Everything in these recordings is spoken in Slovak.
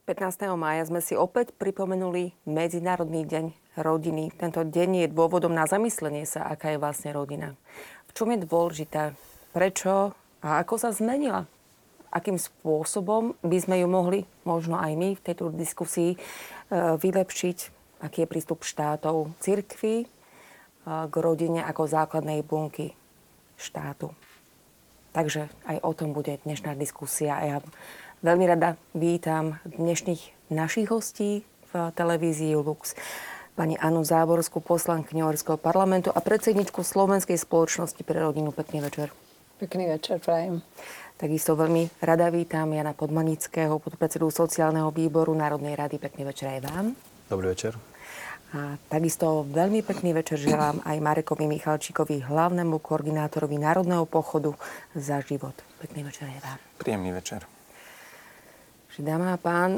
15. mája sme si opäť pripomenuli Medzinárodný deň rodiny. Tento deň je dôvodom na zamyslenie sa, aká je vlastne rodina. V čom je dôležitá? Prečo a ako sa zmenila? Akým spôsobom by sme ju mohli, možno aj my v tejto diskusii, vylepšiť? Aký je prístup štátov, cirkvi k rodine ako základnej bunky štátu? Takže aj o tom bude dnešná diskusia. A ja veľmi rada vítam dnešných našich hostí v televízii Lux. Pani Annu Záborskú, poslankyňu Európskeho parlamentu a predsedničku Slovenskej spoločnosti pre rodinu. Pekný večer. Pekný večer, prajem. Takisto veľmi rada vítam Jana Podmanického, podpredsedu sociálneho výboru Národnej rady. Pekný večer aj vám. Dobrý večer. A takisto veľmi pekný večer želám aj Marekovi Michalčíkovi, hlavnému koordinátorovi Národného pochodu Za život. Pekný večer aj vám. Príjemný večer. Dámy a pán,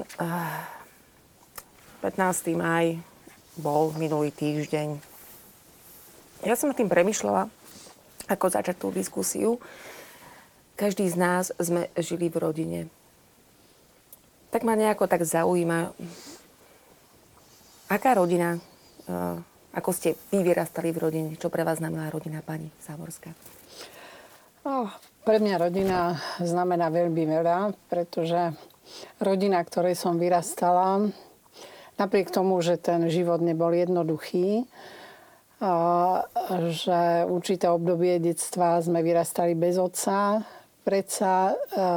15. máj bol minulý týždeň. Ja som nad tým premýšľala, ako začať tú diskusiu. Každý z nás sme žili v rodine. Tak ma nejako tak zaujíma, aká rodina, ako ste vy vyrastali v rodine? Čo pre vás znamená rodina, pani Záborská? Pre mňa rodina znamená veľmi veľa, pretože rodina, ktorej som vyrastala, napriek tomu, že ten život nebol jednoduchý, že určité obdobie detstva sme vyrastali bez otca, predsa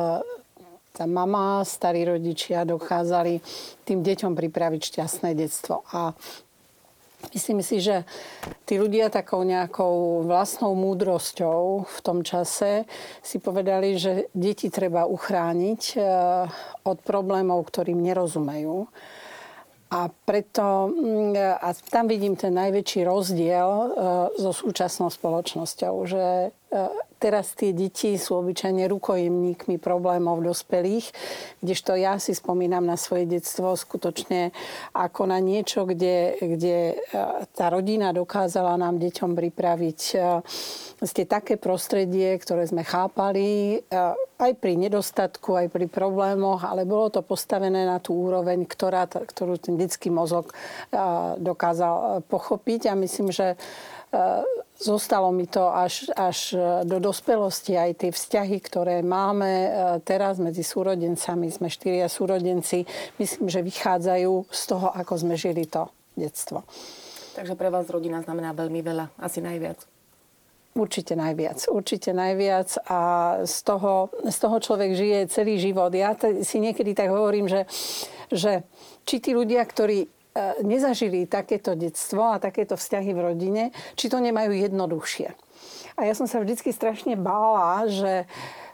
tá mama, starí rodičia dokázali tým deťom pripraviť šťastné detstvo. A myslím si, že tí ľudia takou nejakou vlastnou múdrosťou v tom čase si povedali, že deti treba uchrániť od problémov, ktorým nerozumejú. A preto tam vidím ten najväčší rozdiel so súčasnou spoločnosťou, že teraz tie deti sú obyčajne rukojemníkmi problémov dospelých, kdežto ja si spomínam na svoje detstvo skutočne ako na niečo, kde tá rodina dokázala nám deťom pripraviť také prostredie, ktoré sme chápali aj pri nedostatku, aj pri problémoch, ale bolo to postavené na tú úroveň, ktorú ten detský mozog dokázal pochopiť. A myslím, že zostalo mi to až do dospelosti, aj tie vzťahy, ktoré máme teraz medzi súrodencami, sme 4 súrodenci, myslím, že vychádzajú z toho, ako sme žili to detstvo. Takže pre vás rodina znamená veľmi veľa, asi najviac. Určite najviac a z toho človek žije celý život. Ja si niekedy tak hovorím, že či tí ľudia, ktorí nezažili takéto detstvo a takéto vzťahy v rodine, či to nemajú jednoduchšie. A ja som sa vždycky strašne bála, že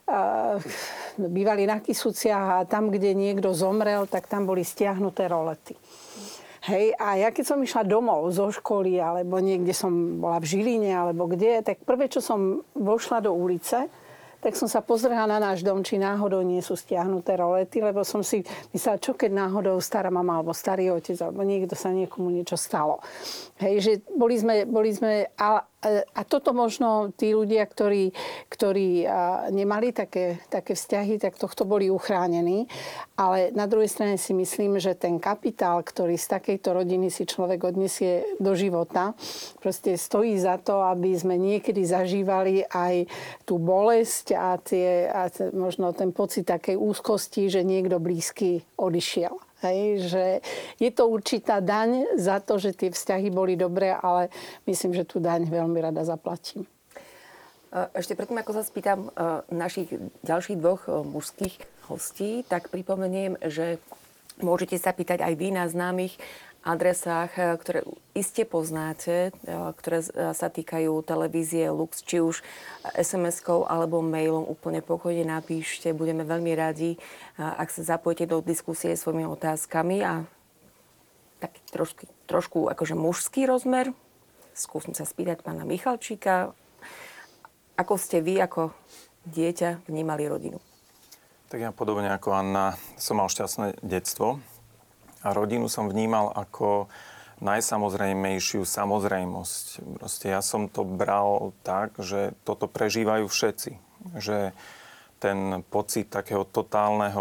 bývali na Kysuciach a tam, kde niekto zomrel, tak tam boli stiahnuté rolety. Hej, a ja keď som išla domov zo školy, alebo niekde som bola v Žiline, alebo kde, tak prvé, čo som vošla do ulice, tak som sa pozrela na náš dom, či náhodou nie sú stiahnuté rolety, lebo som si myslela, čo keď náhodou stará mama, alebo starý otec, alebo niekto sa niekomu niečo stalo. Hej, že boli sme a toto možno tí ľudia, ktorí nemali také vzťahy, tak tohto boli uchránení. Ale na druhej strane si myslím, že ten kapitál, ktorý z takejto rodiny si človek odniesie do života, proste stojí za to, aby sme niekedy zažívali aj tú bolesť a možno ten pocit takej úzkosti, že niekto blízky odišiel. Hej, že je to určitá daň za to, že tie vzťahy boli dobré, ale myslím, že tú daň veľmi rada zaplatím. Ešte predtým, ako sa spýtam našich ďalších dvoch mužských hostí, tak pripomeniem, že môžete sa pýtať aj vy na známych adresách, ktoré iste poznáte, ktoré sa týkajú televízie Lux, či už SMS-kou alebo mailom, úplne pokojne napíšte. Budeme veľmi radi, ak sa zapojíte do diskusie svojimi otázkami a taký trošku akože mužský rozmer. Skúsim sa spýtať pána Michalčíka, ako ste vy ako dieťa vnímali rodinu? Tak ja podobne ako Anna som mal šťastné detstvo. A rodinu som vnímal ako najsamozrejmejšiu samozrejmosť. Proste ja som to bral tak, že toto prežívajú všetci. Že ten pocit takého totálneho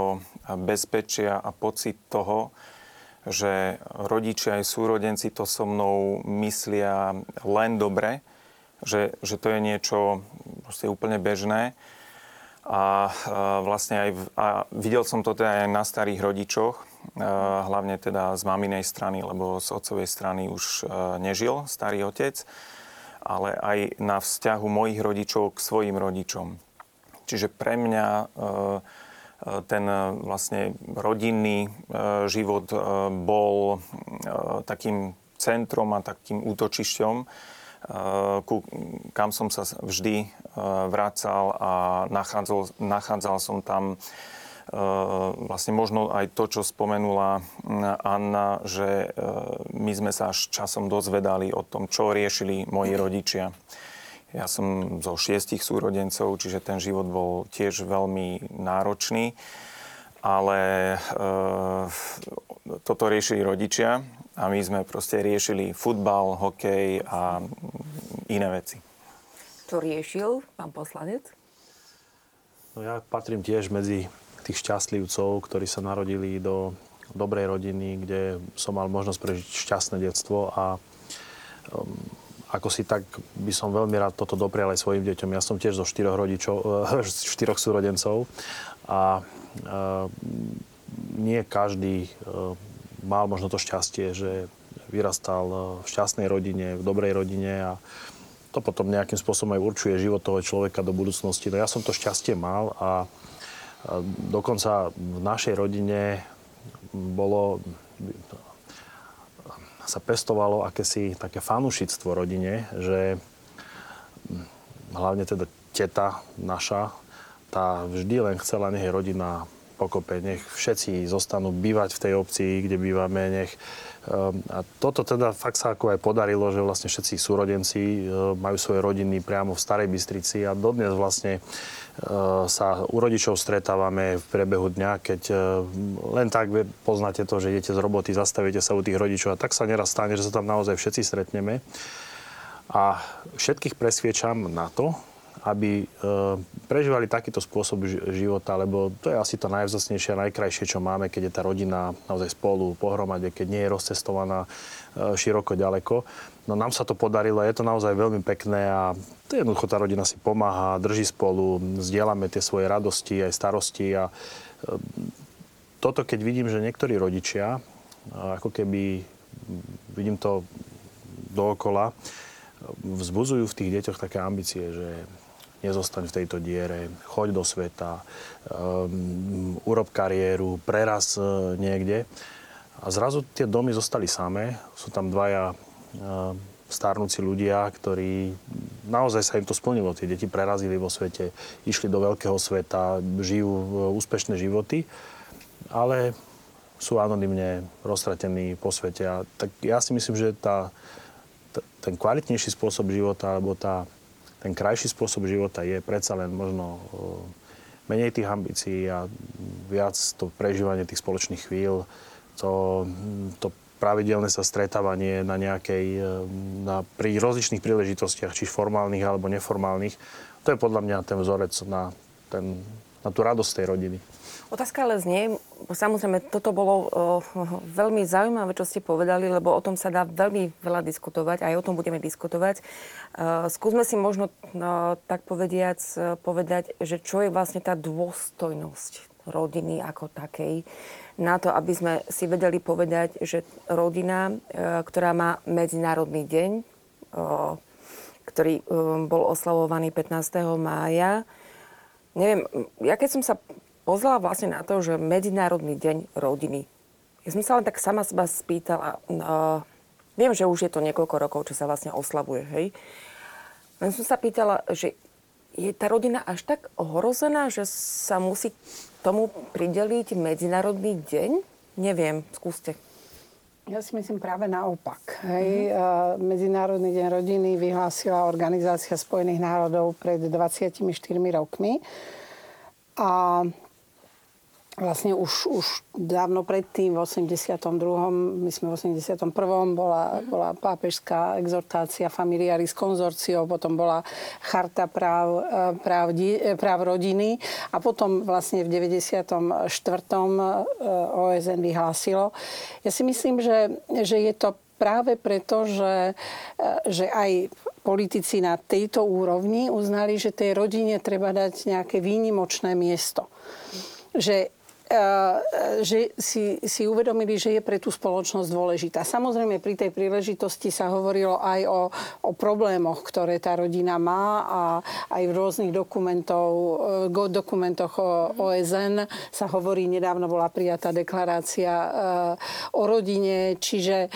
bezpečia a pocit toho, že rodičia aj súrodenci to so mnou myslia len dobre, že to je niečo proste úplne bežné. A vlastne videl som to teda aj na starých rodičoch, hlavne teda z maminej strany, lebo z otcovej strany už nežil starý otec, ale aj na vzťahu mojich rodičov k svojim rodičom. Čiže pre mňa ten vlastne rodinný život bol takým centrom a takým útočišťom, kam som sa vždy vracal a nachádzal som tam vlastne možno aj to, čo spomenula Anna, že my sme sa až časom dozvedali o tom, čo riešili moji rodičia. Ja som zo 6 súrodencov, čiže ten život bol tiež veľmi náročný, ale toto riešili rodičia a my sme proste riešili futbal, hokej a iné veci. Čo riešil pán poslanec? No ja patrím tiež medzi tých šťastlivcov, ktorí sa narodili do dobrej rodiny, kde som mal možnosť prežiť šťastné detstvo a ako si tak by som veľmi rád toto doprial aj svojim deťom. Ja som tiež zo 4 súrodencov a nie každý mal možno to šťastie, že vyrastal v šťastnej rodine, v dobrej rodine a to potom nejakým spôsobom aj určuje život toho človeka do budúcnosti. No ja som to šťastie mal a dokonca v našej rodine sa pestovalo akési také fanúšictvo rodine, že hlavne teda teta naša, tá vždy len chcela, nech je rodina pokope, nech všetci zostanú bývať v tej obci, kde bývame, a toto teda fakt sa ako aj podarilo, že vlastne všetci súrodenci majú svoje rodiny priamo v Starej Bystrici a dodnes vlastne sa u rodičov stretávame v priebehu dňa, keď len tak poznáte to, že idete z roboty, zastavíte sa u tých rodičov a tak sa neraz stane, že sa tam naozaj všetci stretneme. A všetkých presviečam na to, aby prežívali takýto spôsob života, lebo to je asi to najvzácnejšie a najkrajšie, čo máme, keď je tá rodina naozaj spolu, pohromade, keď nie je rozcestovaná široko, ďaleko. No nám sa to podarilo, je to naozaj veľmi pekné a to jednoducho tá rodina si pomáha, drží spolu, zdieľame tie svoje radosti aj starosti a toto, keď vidím, že niektorí rodičia, ako keby vidím to dookola, vzbudzujú v tých deťoch také ambície, že nezostaň v tejto diere, choď do sveta, urob kariéru, preraz niekde. A zrazu tie domy zostali samé. Sú tam dvaja starnúci ľudia, ktorí naozaj sa im to splnilo. Tie deti prerazili vo svete, išli do veľkého sveta, žijú úspešné životy, ale sú anonymne roztratení po svete. A tak ja si myslím, že ten kvalitnejší spôsob života, alebo ten krajší spôsob života je predsa len možno menej tých ambícií a viac to prežívanie tých spoločných chvíľ, to pravidelné sa stretávanie pri rozličných príležitostiach, či formálnych alebo neformálnych. To je podľa mňa ten vzorec na tú radosť tej rodiny. Otázka ale znie, samozrejme, toto bolo veľmi zaujímavé, čo ste povedali, lebo o tom sa dá veľmi veľa diskutovať, aj o tom budeme diskutovať. Skúsme si možno tak povediac povedať, že čo je vlastne tá dôstojnosť rodiny ako takej, na to, aby sme si vedeli povedať, že rodina, ktorá má Medzinárodný deň, ktorý bol oslavovaný 15. mája, neviem, ja keď som sa pozrela vlastne na to, že Medzinárodný deň rodiny. Ja som sa len tak sama seba spýtala, viem, že už je to niekoľko rokov, čo sa vlastne oslavuje, hej. Len som sa pýtala, že je tá rodina až tak ohrozená, že sa musí tomu prideliť Medzinárodný deň? Neviem, skúste. Ja si myslím práve naopak. Hej. Medzinárodný deň rodiny vyhlásila Organizácia spojených národov pred 24 rokmi. A vlastne už dávno predtým, v 82., my sme v 81. bola pápežská exhortácia Familiaris Consortio, potom bola charta práv rodiny a potom vlastne v 94. OSN vyhlásilo. Ja si myslím, že je to práve preto, že aj politici na tejto úrovni uznali, že tej rodine treba dať nejaké výnimočné miesto. Že si uvedomili, že je pre tú spoločnosť dôležitá. Samozrejme, pri tej príležitosti sa hovorilo aj o problémoch, ktoré tá rodina má a aj v rôznych dokumentoch OSN sa hovorí, nedávno bola prijatá deklarácia o rodine, čiže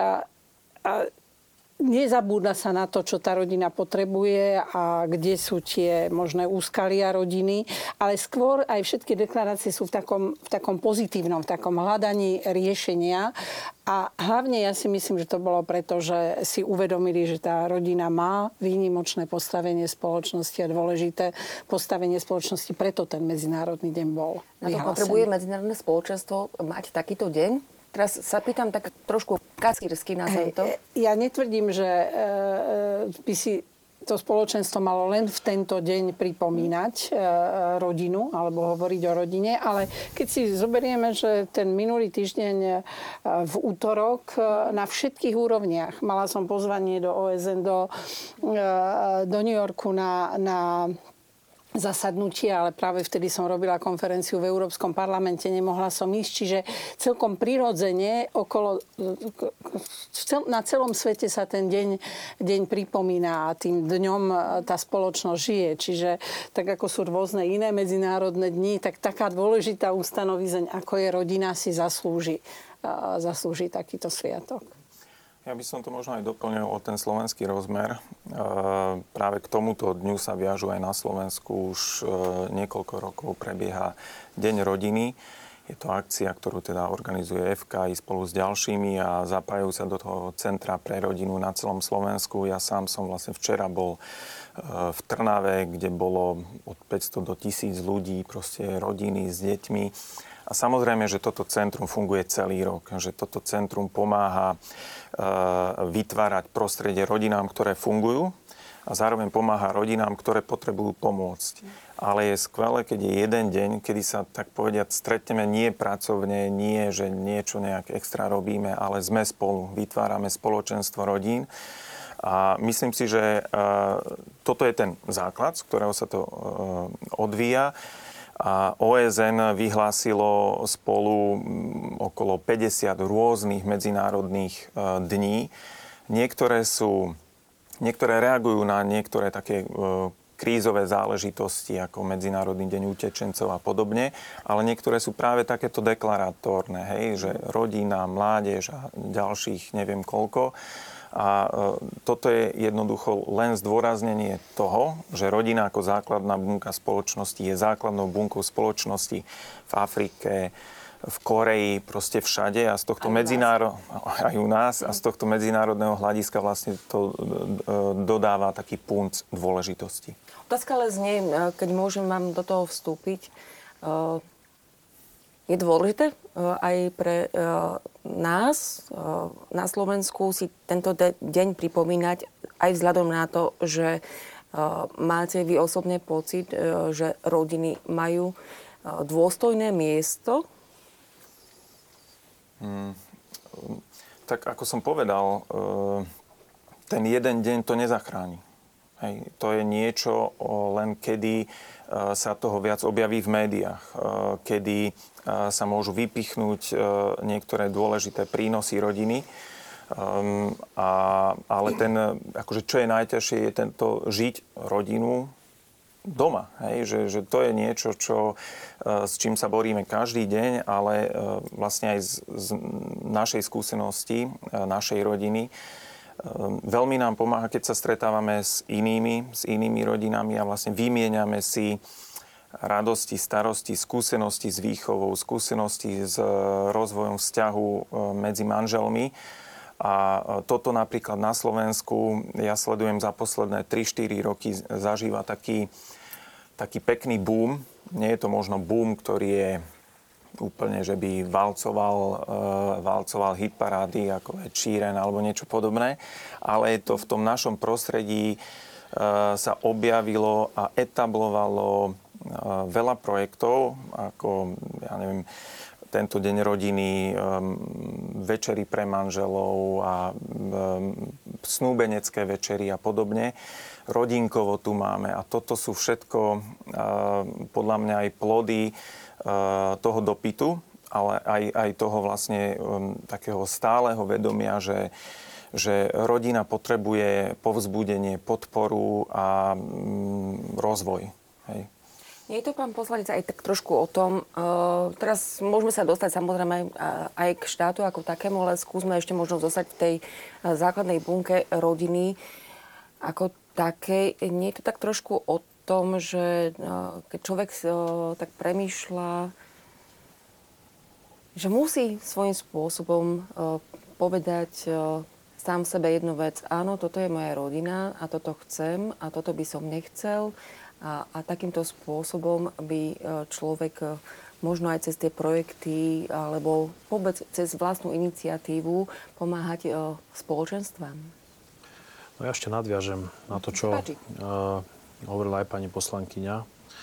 nezabúda sa na to, čo tá rodina potrebuje a kde sú tie možné úskalia rodiny, ale skôr aj všetky deklarácie sú v takom pozitívnom, v takom hľadaní riešenia. A hlavne ja si myslím, že to bolo preto, že si uvedomili, že tá rodina má výnimočné postavenie spoločnosti a dôležité postavenie spoločnosti, preto ten Medzinárodný deň bol vyhlásený. Na to potrebuje medzinárodné spoločenstvo mať takýto deň? Teraz sa pýtam tak trošku kacírsky na to. Ja netvrdím, že by si to spoločenstvo malo len v tento deň pripomínať rodinu alebo hovoriť o rodine, ale keď si zoberieme, že ten minulý týždeň v útorok na všetkých úrovniach, mala som pozvanie do OSN, do New Yorku na zasadnutie, ale práve vtedy som robila konferenciu v Európskom parlamente, nemohla som ísť, čiže celkom prirodzene na celom svete sa ten deň pripomína a tým dňom tá spoločnosť žije. Čiže tak ako sú rôzne iné medzinárodné dni, tak taká dôležitá ustanovizeň, ako je rodina, si zaslúži takýto sviatok. Ja by som to možno aj doplnil o ten slovenský rozmer. Práve k tomuto dňu sa viažu aj na Slovensku. Už niekoľko rokov prebieha Deň rodiny. Je to akcia, ktorú teda organizuje FKI spolu s ďalšími a zapájajú sa do toho centra pre rodinu na celom Slovensku. Ja sám som vlastne včera bol v Trnave, kde bolo od 500 do 1000 ľudí, proste rodiny s deťmi. A samozrejme, že toto centrum funguje celý rok, že toto centrum pomáha vytvárať prostredie rodinám, ktoré fungujú a zároveň pomáha rodinám, ktoré potrebujú pomôcť. Ale je skvelé, keď je jeden deň, kedy sa, tak povediať, stretneme nie pracovne, nie, že niečo nejak extra robíme, ale sme spolu, vytvárame spoločenstvo rodín. A myslím si, že toto je ten základ, z ktorého sa to odvíja. A OSN vyhlásilo spolu okolo 50 rôznych medzinárodných dní. Niektoré reagujú na niektoré také krízové záležitosti, ako Medzinárodný deň utečencov a podobne, ale niektoré sú práve takéto deklaratórne, hej, že rodina, mládež a ďalších neviem koľko. A toto je jednoducho len zdôraznenie toho, že rodina ako základná bunka spoločnosti je základnou bunkou spoločnosti v Afrike, v Koreji, proste všade a z tohto aj u nás a z tohto medzinárodného hľadiska vlastne to dodáva taký punc dôležitosti. Otázka ale znie, keď môžem vám do toho vstúpiť, je dôležité aj pre nás na Slovensku si tento deň pripomínať aj vzhľadom na to, že máte vy osobne pocit, že rodiny majú dôstojné miesto? Tak ako som povedal, ten jeden deň to nezachráni. Hej. To je niečo len kedy sa toho viac objaví v médiách, kedy sa môžu vypichnúť niektoré dôležité prínosy rodiny. Ale akože čo je najťažšie, je žiť rodinu doma. Hej? Že to je niečo, s čím sa boríme každý deň, ale vlastne aj z našej skúsenosti, našej rodiny. Veľmi nám pomáha, keď sa stretávame s inými rodinami a vlastne vymieňame si radosti, starosti, skúsenosti s výchovou, skúsenosti s rozvojom vzťahu medzi manželmi. A toto napríklad na Slovensku, ja sledujem za posledné 3-4 roky, zažíva taký pekný boom. Nie je to možno boom, ktorý je úplne, že by valcoval hitparády ako Ed Sheeran alebo niečo podobné, ale to v tom našom prostredí sa objavilo a etablovalo veľa projektov, ako, ja neviem, tento deň rodiny, večery pre manželov a snúbenecké večery a podobne. Rodinkovo tu máme a toto sú všetko podľa mňa aj plody toho dopytu, ale aj toho vlastne takého stáleho vedomia, že rodina potrebuje povzbudenie, podporu a rozvoj. Hej. Nie je to, pán poslanec, aj tak trošku o tom, teraz môžeme sa dostať samozrejme aj k štátu ako takému, ale skúsme ešte možno zostať v tej základnej bunke rodiny ako takej. Nie je to tak trošku o tom, že keď človek tak premýšľa, že musí svojím spôsobom povedať sám sebe jednu vec. Áno, toto je moja rodina a toto chcem a toto by som nechcel. A takýmto spôsobom by človek možno aj cez tie projekty alebo vôbec cez vlastnú iniciatívu pomáhať spoločenstvám. No ja ešte nadviažem na to, čo hovorila aj pani poslankyňa.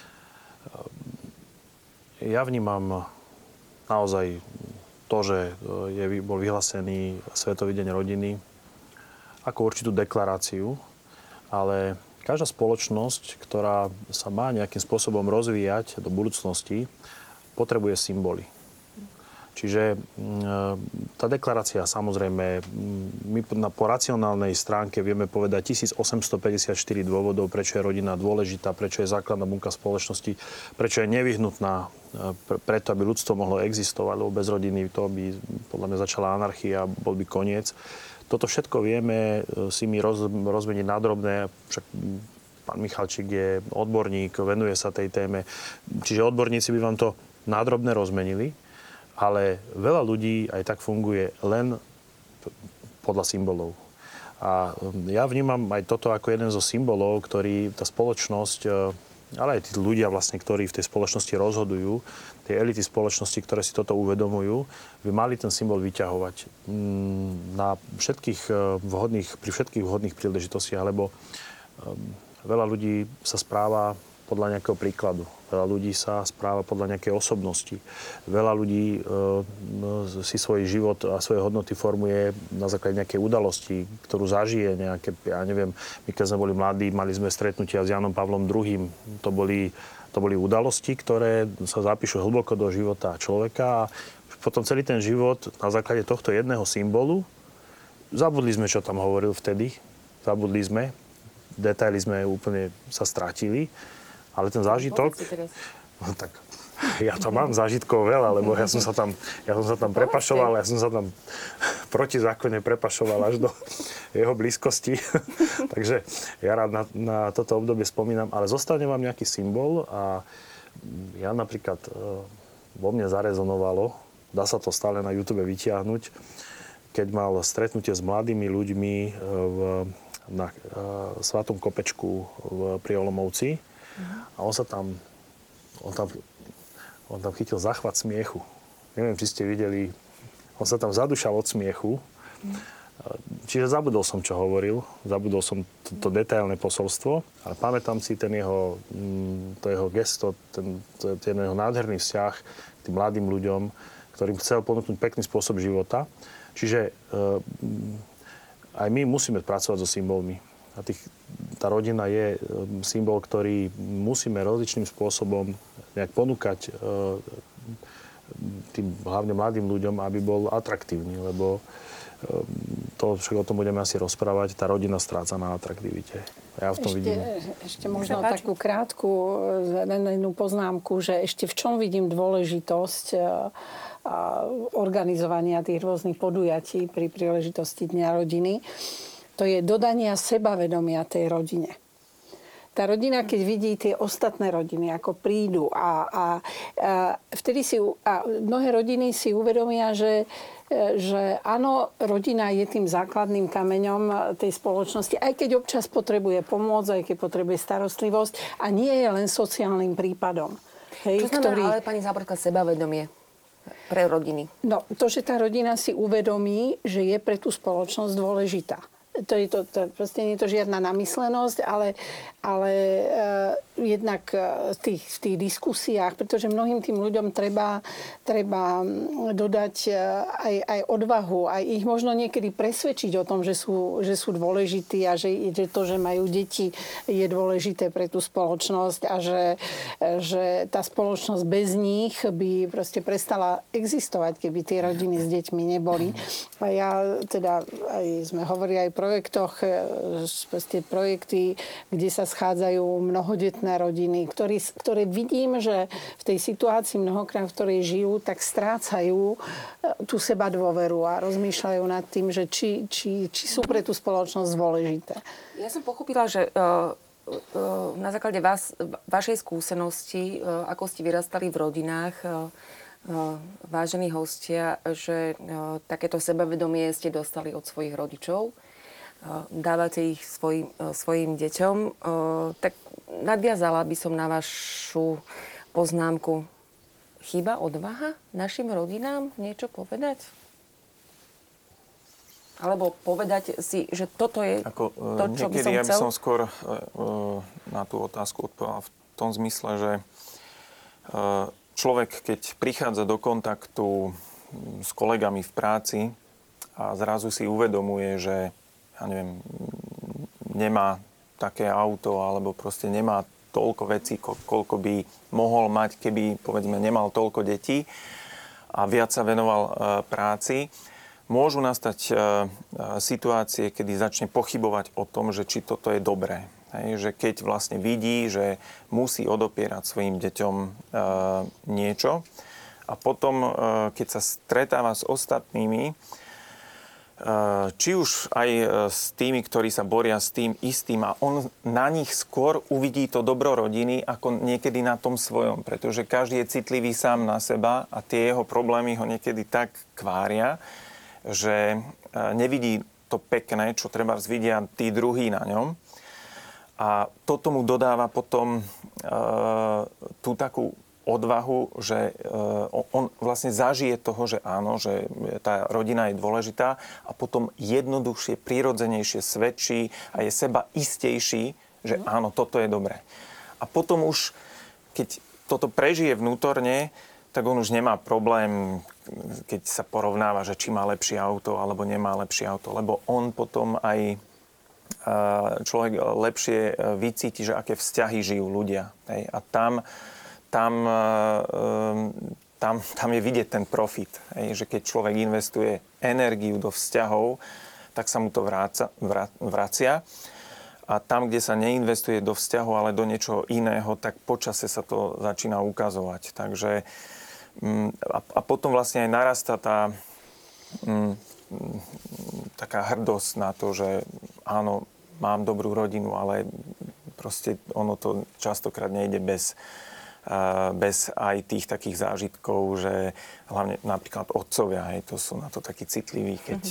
Ja vnímam naozaj to, že bol vyhlásený Svetový deň rodiny ako určitú deklaráciu, ale každá spoločnosť, ktorá sa má nejakým spôsobom rozvíjať do budúcnosti, potrebuje symboly. Čiže tá deklarácia, samozrejme, my po racionálnej stránke vieme povedať 1854 dôvodov, prečo je rodina dôležitá, prečo je základná bunka spoločnosti, prečo je nevyhnutná preto, aby ľudstvo mohlo existovať, lebo bez rodiny to by podľa mňa začala anarchia, bol by koniec. Toto všetko vieme si my rozmeniť na drobné, však pán Michalčík je odborník, venuje sa tej téme, čiže odborníci by vám to na drobné rozmenili, ale veľa ľudí aj tak funguje len podľa symbolov. A ja vnímam aj toto ako jeden zo symbolov, ktorý tá spoločnosť, ale aj tí ľudia vlastne, ktorí v tej spoločnosti rozhodujú, tie elity spoločnosti, ktoré si toto uvedomujú, by mali ten symbol vyťahovať pri všetkých vhodných príležitostiach, lebo veľa ľudí sa správa podľa nejakého príkladu. Veľa ľudí sa správa podľa nejakej osobnosti. Veľa ľudí si svoj život a svoje hodnoty formuje na základe nejakej udalosti, ktorú zažije nejaké, ja neviem, my keď sme boli mladí, mali sme stretnutia s Jánom Pavlom II. To boli udalosti, ktoré sa zapíšu hlboko do života človeka a potom celý ten život na základe tohto jedného symbolu, zabudli sme, čo tam hovoril vtedy, detaily sme úplne sa strátili, ale ten zážitok, no tak ja to mám zážitkov veľa, lebo ja som sa tam prepašoval, ja som sa tam protizákonne prepašoval až do jeho blízkosti. Takže ja rád na toto obdobie spomínam, ale zostane vám nejaký symbol a ja napríklad vo mne zarezonovalo, dá sa to stále na YouTube vytiahnuť, keď mal stretnutie s mladými ľuďmi na Svatom kopečku pri Olomouci a on tam chytil záchvat smiechu. Neviem, či ste videli, on sa tam zadúšal od smiechu. Čiže zabudol som, čo hovoril, zabudol som to detailné posolstvo, ale pamätám si to jeho gesto, ten jeho nádherný vzťah k tým mladým ľuďom, ktorým chcel ponúknuť pekný spôsob života. Čiže aj my musíme pracovať so symbolmi. A tá rodina je symbol, ktorý musíme rozličným spôsobom nejak ponúkať tým hlavne mladým ľuďom, aby bol atraktívny, lebo to však o tom budeme asi rozprávať, tá rodina stráca na atraktivite. Ja v tom vidím. Ešte možno takú krátku jednu poznámku, že ešte v čom vidím dôležitosť organizovania tých rôznych podujatí pri príležitosti Dňa rodiny. To je dodania sebavedomia tej rodine. Tá rodina, keď vidí tie ostatné rodiny, ako prídu a vtedy mnohé rodiny si uvedomia, že áno, rodina je tým základným kameňom tej spoločnosti, aj keď občas potrebuje pomôcť, aj keď potrebuje starostlivosť a nie je len sociálnym prípadom. Čo znamená ale, pani Záborská, sebavedomie? pre rodiny? No, to, že tá rodina si uvedomí, že je pre tú spoločnosť dôležitá. To proste nie je to žiadna namyslenosť, ale jednak v tých diskusiách, pretože mnohým tým ľuďom treba dodať aj odvahu, aj ich možno niekedy presvedčiť o tom, že sú dôležití a že to, že majú deti, je dôležité pre tú spoločnosť a že tá spoločnosť bez nich by proste prestala existovať, keby tie rodiny s deťmi neboli. A ja teda aj sme hovorili aj o projektoch, proste projekty, kde sa schádzajú mnohodetné rodiny, ktoré vidím, že v tej situácii mnohokrát, v ktorej žijú, tak strácajú tú seba dôveru a rozmýšľajú nad tým, že či sú pre tú spoločnosť dôležité. Ja som pochopila, že na základe vašej skúsenosti, ako ste vyrastali v rodinách, vážení hostia, že takéto sebavedomie ste dostali od svojich rodičov. Dávate ich svojim deťom. Tak nadviazala by som na vašu poznámku. Chýba odvaha našim rodinám niečo povedať? Alebo povedať si, že toto je to, čo by som chcel? Ja by som skôr na tú otázku odpovedal v tom zmysle, že človek, keď prichádza do kontaktu s kolegami v práci a zrazu si uvedomuje, že ja neviem, nemá také auto alebo proste nemá toľko vecí, koľko by mohol mať, keby, povedzme, nemal toľko detí a viac sa venoval práci, môžu nastať situácie, kedy začne pochybovať o tom, že či toto je dobré. Hej, že keď vlastne vidí, že musí odopierať svojim deťom niečo a potom, keď sa stretáva s ostatnými, či už aj s tými, ktorí sa boria s tým istým a on na nich skôr uvidí to dobro rodiny ako niekedy na tom svojom, pretože každý je citlivý sám na seba a tie jeho problémy ho niekedy tak kvária, že nevidí to pekné, čo treba vidia tí druhí na ňom. A toto mu dodáva potom tú takú odvahu, že on vlastne zažije toho, že áno, že tá rodina je dôležitá a potom jednoduchšie, prirodzenejšie svedčí a je seba istejší, že áno, toto je dobré. A potom už, keď toto prežije vnútorne, tak on už nemá problém, keď sa porovnáva, že či má lepšie auto alebo nemá lepšie auto, lebo on potom aj človek lepšie vycíti, že aké vzťahy žijú ľudia. Hej? A tam je vidieť ten profit. Hej? Že keď človek investuje energiu do vzťahov, tak sa mu to vracia. A tam, kde sa neinvestuje do vzťahu, ale do niečoho iného, tak počase sa to začína ukazovať. Takže a potom vlastne aj narastá taká hrdosť na to, že áno, mám dobrú rodinu, ale proste ono to častokrát nejde bez aj tých takých zážitkov, že hlavne napríklad otcovia, hej, to sú na to takí citliví, keď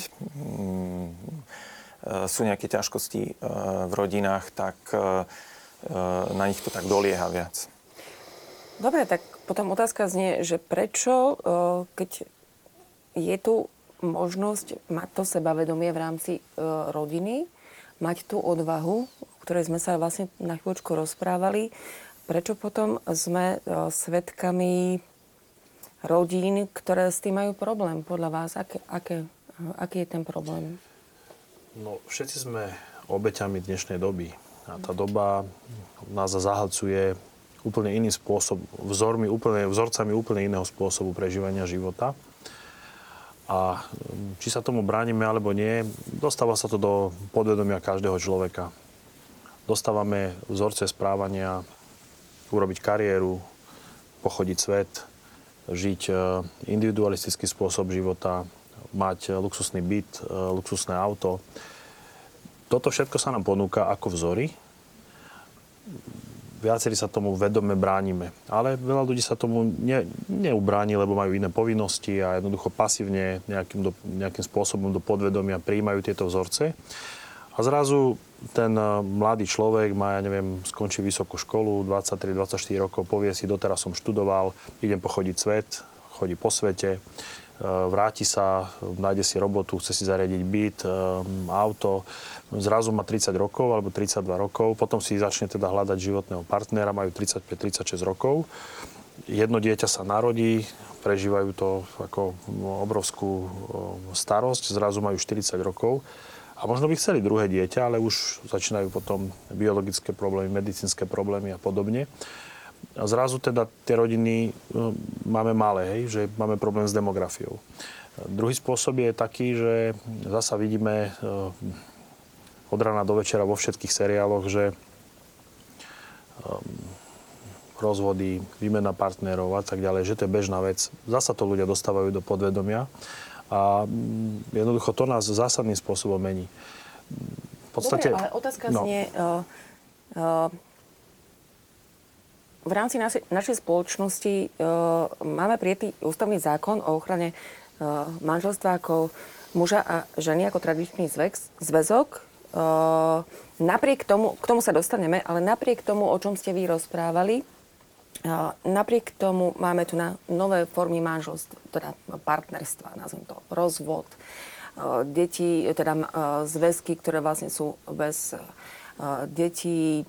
sú nejaké ťažkosti v rodinách, tak na nich to tak dolieha viac. Dobre, tak potom otázka znie, že prečo, keď je tu možnosť mať to sebavedomie v rámci rodiny, mať tú odvahu, o ktorej sme sa vlastne na chvíľočku rozprávali, prečo potom sme svedkami rodín, ktoré s tým majú problém? Podľa vás, aký je ten problém? No, všetci sme obeťami dnešnej doby. A tá doba nás zahlcuje úplne iný spôsob, vzorcami úplne iného spôsobu prežívania života. A či sa tomu bránime alebo nie, dostáva sa to do podvedomia každého človeka. Dostávame vzorce správania, urobiť kariéru, pochodiť svet, žiť individualistický spôsob života, mať luxusný byt, luxusné auto. Toto všetko sa nám ponúka ako vzory. Viacerí sa tomu vedome bránime. Ale veľa ľudí sa tomu neubráni, lebo majú iné povinnosti a jednoducho pasívne nejakým spôsobom do podvedomia prijímajú tieto vzorce. A zrazu ten mladý človek má, skončí vysokú školu, 23-24 rokov, povie si, doteraz som študoval, idem pochodiť svet, chodí po svete, vráti sa, nájde si robotu, chce si zariadiť byt, auto, zrazu má 30 rokov alebo 32 rokov, potom si začne teda hľadať životného partnera, majú 35-36 rokov. Jedno dieťa sa narodí, prežívajú to ako obrovskú starosť, zrazu majú 40 rokov a možno by chceli druhé dieťa, ale už začínajú potom biologické problémy, medicínske problémy a podobne. A zrazu teda tie rodiny máme malé, že máme problém s demografiou. Druhý spôsob je taký, že zasa vidíme od rána do večera vo všetkých seriáloch, že rozvody, výmena partnerov a tak ďalej, že to je bežná vec. Zasa to ľudia dostávajú do podvedomia a jednoducho to nás zásadným spôsobom mení. V podstate, dobre, ale otázka znie, v rámci našej spoločnosti máme prijatý ústavný zákon o ochrane manželstva ako muža a ženy ako tradičný zväzok. Napriek tomu, k tomu sa dostaneme, ale napriek tomu, o čom ste vy rozprávali, napriek tomu máme tu na nové formy manželstva, teda partnerstva, nazvem to, rozvod, deti, teda zväzky, ktoré vlastne sú bez detí.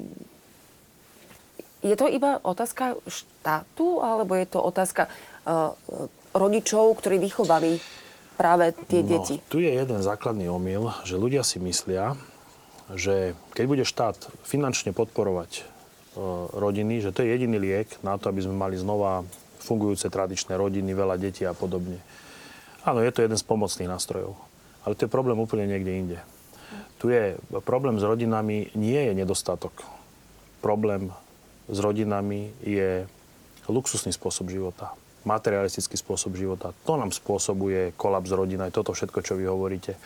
Je to iba otázka štátu, alebo je to otázka rodičov, ktorí vychovali práve tie deti? Tu je jeden základný omyl, že ľudia si myslia, že keď bude štát finančne podporovať rodiny, že to je jediný liek na to, aby sme mali znova fungujúce tradičné rodiny, veľa detí a podobne. Áno, je to jeden z pomocných nástrojov, ale to je problém úplne niekde inde. Tu je problém s rodinami, nie je nedostatok. Problém s rodinami je luxusný spôsob života, materialistický spôsob života. To nám spôsobuje kolaps rodín, aj toto všetko, čo vy hovoríte.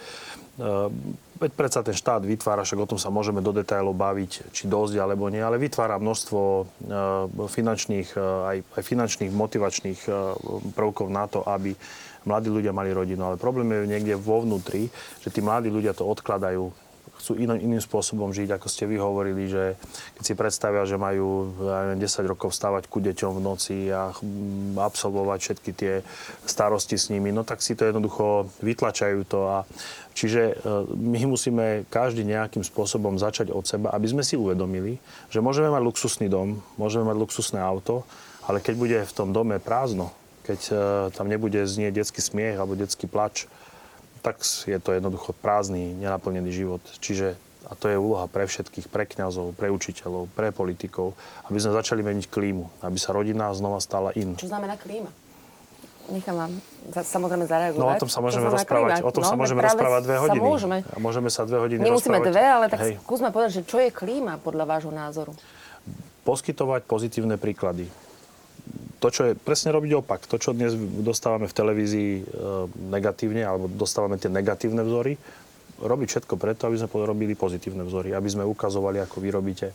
Veď predsa ten štát vytvára, však o tom sa môžeme do detailov baviť, či dosť alebo nie, ale vytvára množstvo finančných, aj finančných, motivačných prvkov na to, aby mladí ľudia mali rodinu. Ale problém je niekde vo vnútri, že tí mladí ľudia to odkladajú, chcú iným spôsobom žiť, ako ste vy hovorili, že keď si predstavia, že majú 10 rokov vstávať ku deťom v noci a absolvovať všetky tie starosti s nimi, no tak si to jednoducho vytlačajú to. A čiže my musíme každý nejakým spôsobom začať od seba, aby sme si uvedomili, že môžeme mať luxusný dom, môžeme mať luxusné auto, ale keď bude v tom dome prázdno, keď tam nebude znieť detský smiech alebo detský plač, tak je to jednoducho prázdny, nenaplnený život. Čiže, a to je úloha pre všetkých, pre kňazov, pre učiteľov, pre politikov, aby sme začali meniť klímu, aby sa rodina znova stala in. Čo znamená klíma? Nechám vám samozrejme zareagovať. No o tom sa môžeme rozprávať, rozprávať 2 hodiny. A môžeme sa 2 hodiny Nemusíme rozprávať. 2, ale tak skúsme povedať, že čo je klíma podľa vášho názoru? Poskytovať pozitívne príklady. To, čo je presne robiť opak. To, čo dnes dostávame v televízii negatívne, alebo dostávame tie negatívne vzory, robiť všetko preto, aby sme robili pozitívne vzory. Aby sme ukazovali, ako vy robíte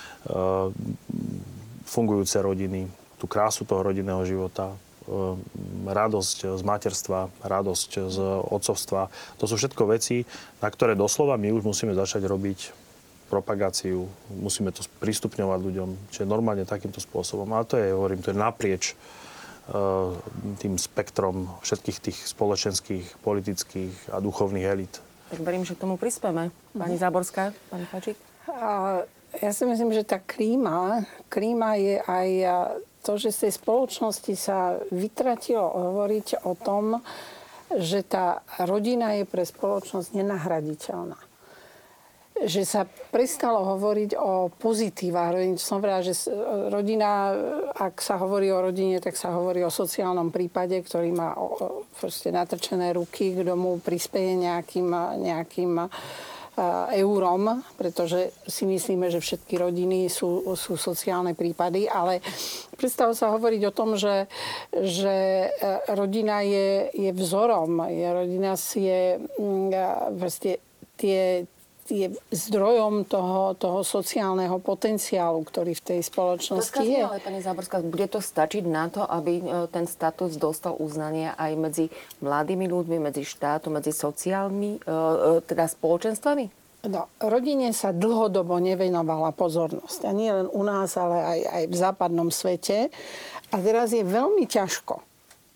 fungujúce rodiny, tú krásu toho rodinného života, radosť z materstva, radosť z otcovstva. To sú všetko veci, na ktoré doslova my už musíme začať robiť propagáciu, musíme to prístupňovať ľuďom, čiže normálne takýmto spôsobom. Ale to je, hovorím, to je naprieč tým spektrom všetkých tých spoločenských, politických a duchovných elít. Tak verím, že k tomu prispieme. Pani Záborská, pani Fačík? Ja si myslím, že tá klíma je aj to, že z tej spoločnosti sa vytratilo hovoriť o tom, že tá rodina je pre spoločnosť nenahraditeľná. Že sa prestalo hovoriť o pozitívach. Som vrala, že rodina, ak sa hovorí o rodine, tak sa hovorí o sociálnom prípade, ktorý má proste natrčené ruky, kto mu prispieje nejakým eurom, pretože si myslíme, že všetky rodiny sú sociálne prípady, ale prestalo sa hovoriť o tom, že rodina je vzorom. Rodina je proste je zdrojom toho sociálneho potenciálu, ktorý v tej spoločnosti je. Ale pani Záborská, bude to stačiť na to, aby ten status dostal uznanie aj medzi mladými ľuďmi, medzi štátom, medzi sociálnymi, teda spoločenstvami? No, rodine sa dlhodobo nevenovala pozornosť. A nie len u nás, ale aj v západnom svete. A teraz je veľmi ťažko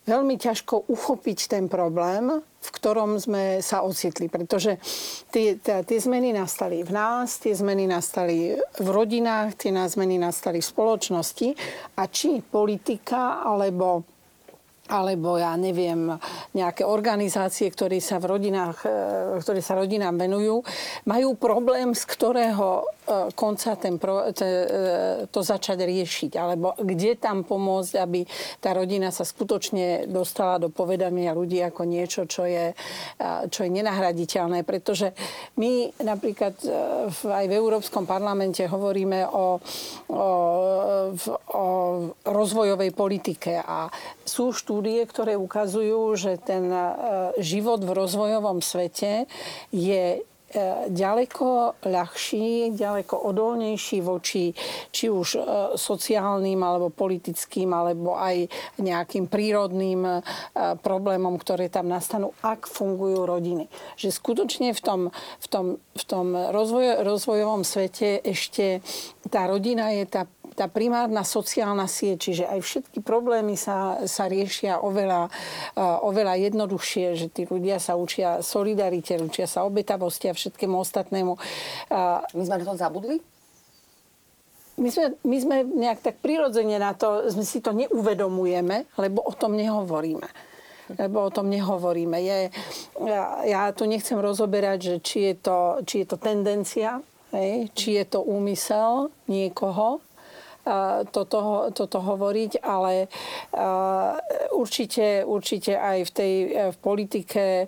veľmi ťažko uchopiť ten problém, v ktorom sme sa ocitli. Pretože tie zmeny nastali v nás, tie zmeny nastali v rodinách, tie zmeny nastali v spoločnosti. A či politika, alebo ja neviem, nejaké organizácie, ktoré sa rodinám venujú, majú problém, z ktorého konca to začať riešiť. Alebo kde tam pomôcť, aby tá rodina sa skutočne dostala do povedomia ľudí ako niečo, čo je nenahraditeľné. Pretože my napríklad aj v Európskom parlamente hovoríme o rozvojovej politike a sú štúdie, ktoré ukazujú, že ten život v rozvojovom svete je ďaleko ľahší, ďaleko odolnejší voči či už sociálnym, alebo politickým, alebo aj nejakým prírodným problémom, ktoré tam nastanú, ak fungujú rodiny. Že skutočne v tom rozvojovom svete ešte tá rodina je tá primárna sociálna sieť, čiže aj všetky problémy sa riešia oveľa jednoduchšie, že tí ľudia sa učia solidarite, učia sa obetavosti a všetkému ostatnému. My sme na to zabudli? My sme nejak tak prirodzene na to, sme si to neuvedomujeme, lebo o tom nehovoríme. Ja tu nechcem rozoberať, že či je to tendencia, či je to úmysel niekoho, toto hovoriť, ale určite aj v politike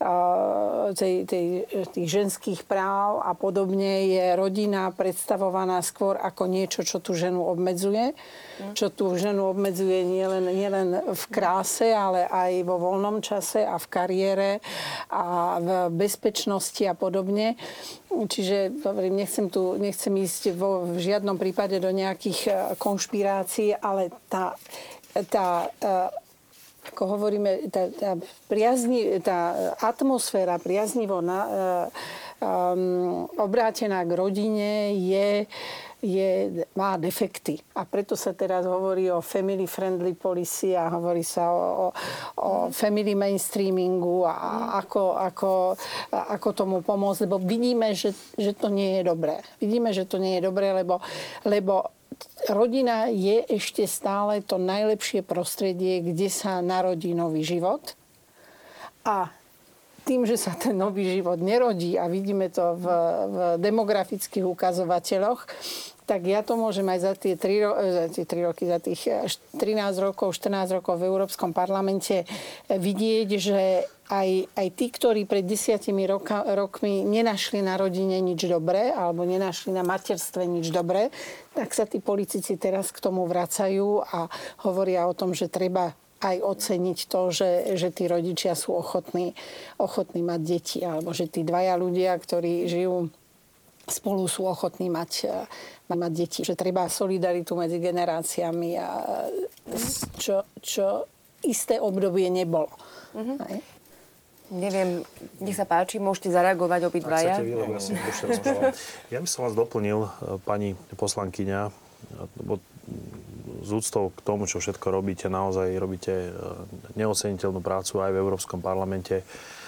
tých ženských práv a podobne je rodina predstavovaná skôr ako niečo, čo tú ženu obmedzuje. Čo tú ženu obmedzuje nielen v kráse, ale aj vo voľnom čase a v kariére a v bezpečnosti a podobne. Čiže nechcem ísť v žiadnom prípade do nejakých konšpirácií, ale ako hovoríme, tá atmosféra priaznivo obrátená k rodine má defekty. A preto sa teraz hovorí o family friendly policy a hovorí sa o family mainstreamingu a ako tomu pomôcť, lebo vidíme, že to nie je dobré. Lebo rodina je ešte stále to najlepšie prostredie, kde sa narodí nový život. A tým, že sa ten nový život nerodí a vidíme to v demografických ukazovateľoch, tak ja to môžem aj za tých 13 rokov, 14 rokov v Európskom parlamente vidieť, že aj tí, ktorí pred 10 rokmi nenašli na rodine nič dobré alebo nenašli na materstve nič dobré, tak sa tí politici teraz k tomu vracajú a hovoria o tom, že treba aj oceniť to, že tí rodičia sú ochotní mať deti, alebo že tí dvaja ľudia, ktorí žijú spolu, sú ochotní mať deti. Že treba solidaritu medzi generáciami, čo isté obdobie nebolo. Mm-hmm. Neviem, nech sa páči, môžete zareagovať obidvaja. Ja by som vás doplnil, pani poslankyňa, z úctou k tomu, čo všetko robíte, naozaj robíte neoceniteľnú prácu aj v Európskom parlamente.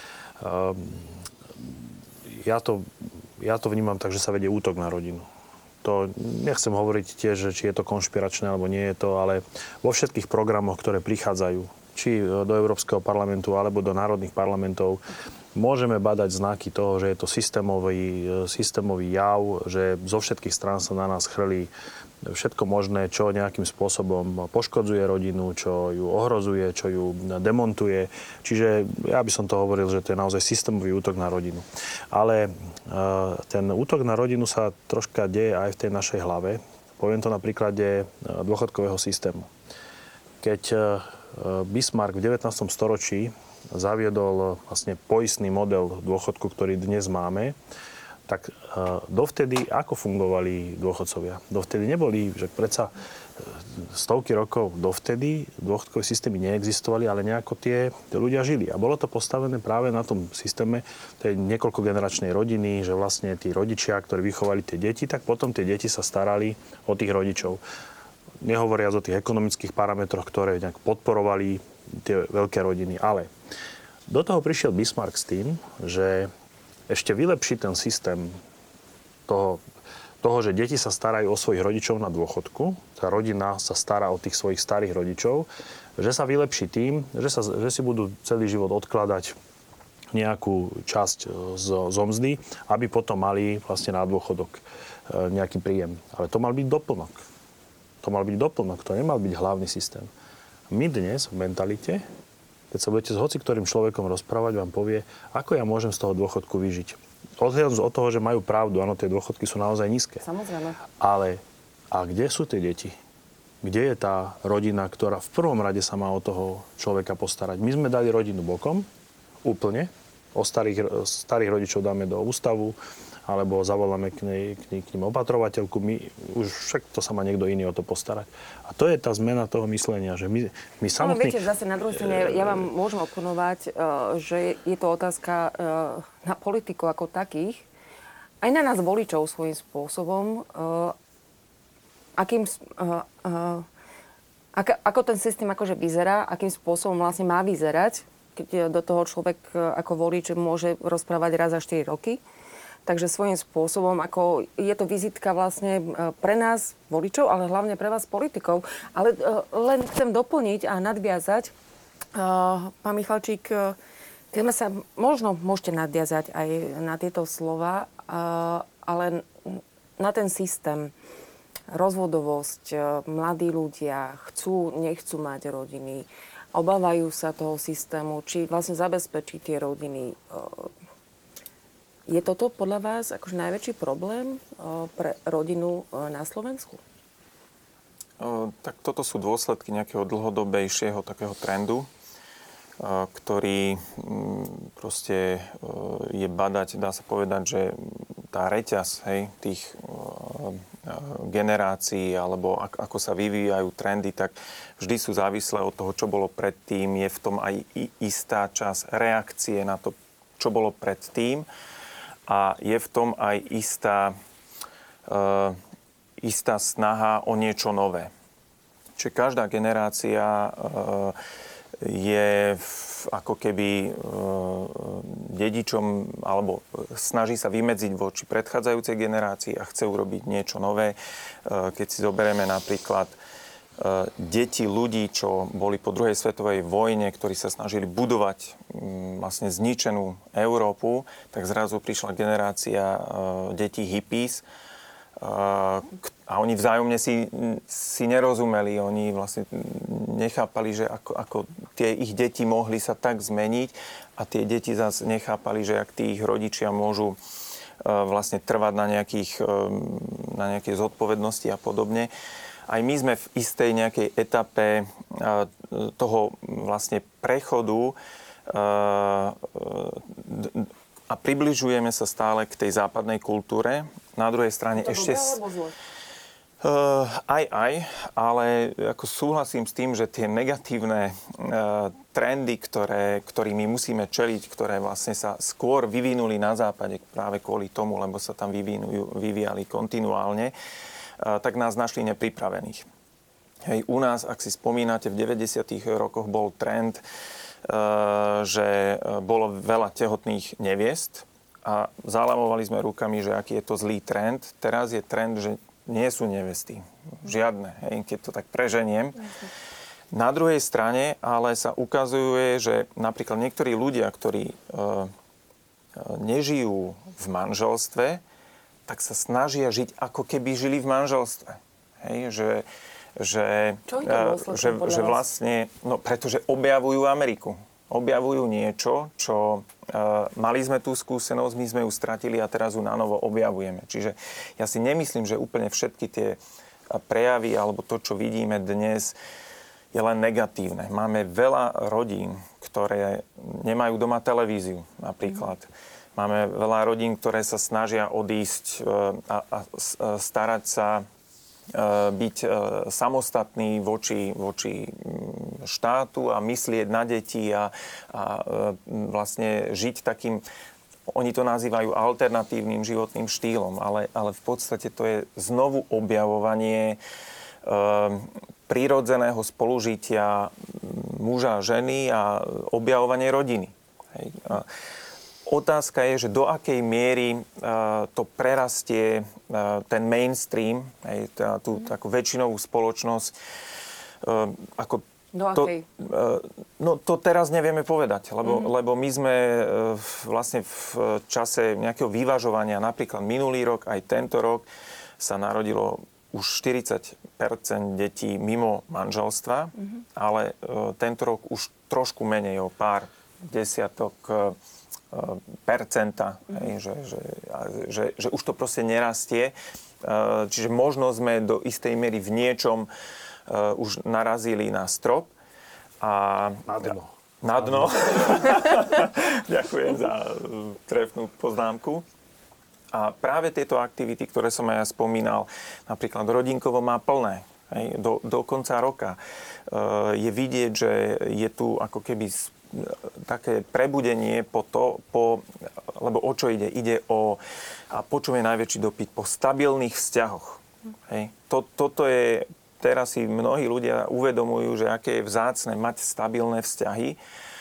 Ja to vnímam tak, že sa vedie útok na rodinu. To nechcem hovoriť tiež, či je to konšpiračné, alebo nie je to, ale vo všetkých programoch, ktoré prichádzajú, či do Európskeho parlamentu, alebo do národných parlamentov, môžeme badať znaky toho, že je to systémový jav, že zo všetkých strán sa na nás chrlí všetko možné, čo nejakým spôsobom poškodzuje rodinu, čo ju ohrozuje, čo ju demontuje. Čiže ja by som to hovoril, že to je naozaj systémový útok na rodinu. Ale ten útok na rodinu sa troška deje aj v tej našej hlave. Poviem to na príklade dôchodkového systému. Keď Bismarck v 19. storočí zaviedol vlastne poistný model dôchodku, ktorý dnes máme, tak dovtedy ako fungovali dôchodcovia? Dovtedy neboli, že predsa stovky rokov dovtedy dôchodkové systémy neexistovali, ale nejako tie ľudia žili. A bolo to postavené práve na tom systéme tej niekoľkogeneračnej rodiny, že vlastne tí rodičia, ktorí vychovali tie deti, tak potom tie deti sa starali o tých rodičov. Nehovoriac o tých ekonomických parametroch, ktoré nejak podporovali tie veľké rodiny. Ale do toho prišiel Bismarck s tým, že ešte vylepší ten systém toho, že deti sa starajú o svojich rodičov na dôchodku, tá rodina sa stará o tých svojich starých rodičov, že sa vylepší tým, že si budú celý život odkladať nejakú časť zo mzdy, aby potom mali vlastne na dôchodok nejaký príjem. Ale to mal byť doplnok. To nemal byť hlavný systém. My dnes v mentalite, keď sa budete s hociktorým človekom rozprávať, vám povie, ako ja môžem z toho dôchodku vyžiť. Odhľadnúť od toho, že majú pravdu, áno, tie dôchodky sú naozaj nízke. Samozrejme. Ale a kde sú tie deti? Kde je tá rodina, ktorá v prvom rade sa má o toho človeka postarať? My sme dali rodinu bokom, úplne. O starých rodičov dáme do ústavu, alebo zavoláme k ním opatrovateľku. Už však to sa má niekto iný o to postarať. A to je tá zmena toho myslenia, že my samotní... Viete, zase na druhej strane, ja vám môžem oponovať, že je to otázka na politikov ako takých, aj na nás voličov svojím spôsobom, ako ten systém akože vyzerá, akým spôsobom vlastne má vyzerať, keď do toho človek ako volič môže rozprávať raz za 4 roky. Takže svojím spôsobom, ako je to vizitka vlastne pre nás, voličov, ale hlavne pre vás, politikov. Ale len chcem doplniť a nadviazať. Pán Michalčík, keď sa možno môžete nadviazať aj na tieto slova, ale na ten systém, rozvodovosť, mladí ľudia nechcú mať rodiny, obávajú sa toho systému, či vlastne zabezpečí tie rodiny. Je toto podľa vás akože najväčší problém pre rodinu na Slovensku? Tak toto sú dôsledky nejakého dlhodobejšieho takého trendu, ktorý proste je badať, dá sa povedať, že tá reťaz tých generácií, alebo ako sa vyvíjajú trendy, tak vždy sú závislé od toho, čo bolo predtým. Je v tom aj istá časť reakcie na to, čo bolo predtým. A je v tom aj istá snaha o niečo nové. Čiže každá generácia je ako keby dedičom, alebo snaží sa vymedziť voči predchádzajúcej generácii a chce urobiť niečo nové. Keď si zoberieme napríklad deti ľudí, čo boli po druhej svetovej vojne, ktorí sa snažili budovať vlastne zničenú Európu, tak zrazu prišla generácia detí hippies a oni vzájomne si nerozumeli. Oni vlastne nechápali, že ako tie ich deti mohli sa tak zmeniť a tie deti zase nechápali, že ak tí ich rodičia môžu vlastne trvať na nejakej zodpovednosti a podobne. Aj my sme v istej nejakej etape toho vlastne prechodu a približujeme sa stále k tej západnej kultúre. Na druhej strane to ešte... ale ako súhlasím s tým, že tie negatívne trendy, ktorými musíme čeliť, ktoré vlastne sa skôr vyvinuli na západe práve kvôli tomu, lebo sa tam vyvíjali kontinuálne, tak nás našli nepripravených. Hej, u nás, ak si spomínate, v 90. rokoch bol trend, že bolo veľa tehotných neviest a zalamovali sme rukami, že aký je to zlý trend. Teraz je trend, že nie sú nevesty. Žiadne, hej, keď to tak preženiem. Na druhej strane ale sa ukazuje, že napríklad niektorí ľudia, ktorí nežijú v manželstve, tak sa snažia žiť, ako keby žili v manželstve. Hej, že vlastne, no pretože objavujú Ameriku. Objavujú niečo, čo mali sme tú skúsenosť, my sme ju stratili a teraz ju nanovo objavujeme. Čiže ja si nemyslím, že úplne všetky tie prejavy alebo to, čo vidíme dnes, je len negatívne. Máme veľa rodín, ktoré nemajú doma televíziu napríklad. Máme veľa rodín, ktoré sa snažia odísť a starať sa, byť samostatný voči štátu a myslieť na deti a vlastne žiť takým, oni to nazývajú alternatívnym životným štýlom, ale v podstate to je znovu objavovanie prirodzeného spolužitia muža a ženy a objavovanie rodiny. Hej. Otázka je, že do akej miery to prerastie ten mainstream, hej, tú takú väčšinovú spoločnosť. Ako do akej? To teraz nevieme povedať, lebo my sme vlastne v čase nejakého vyvažovania, napríklad minulý rok, aj tento rok, sa narodilo už 40% detí mimo manželstva, ale tento rok už trošku menej, o pár desiatok percenta, že už to proste nerastie. Čiže možno sme do istej miery v niečom už narazili na strop. Na dno. Na dno. Ďakujem za trefnú poznámku. A práve tieto aktivity, ktoré som aj ja spomínal, napríklad Rodinkovo má plné. Hej, do konca roka. Je vidieť, že je tu ako keby také prebudenie lebo o čo ide? Ide o, a po čom je najväčší dopyt? Po stabilných vzťahoch. Hej. Toto je, teraz si mnohí ľudia uvedomujú, že aké je vzácne mať stabilné vzťahy.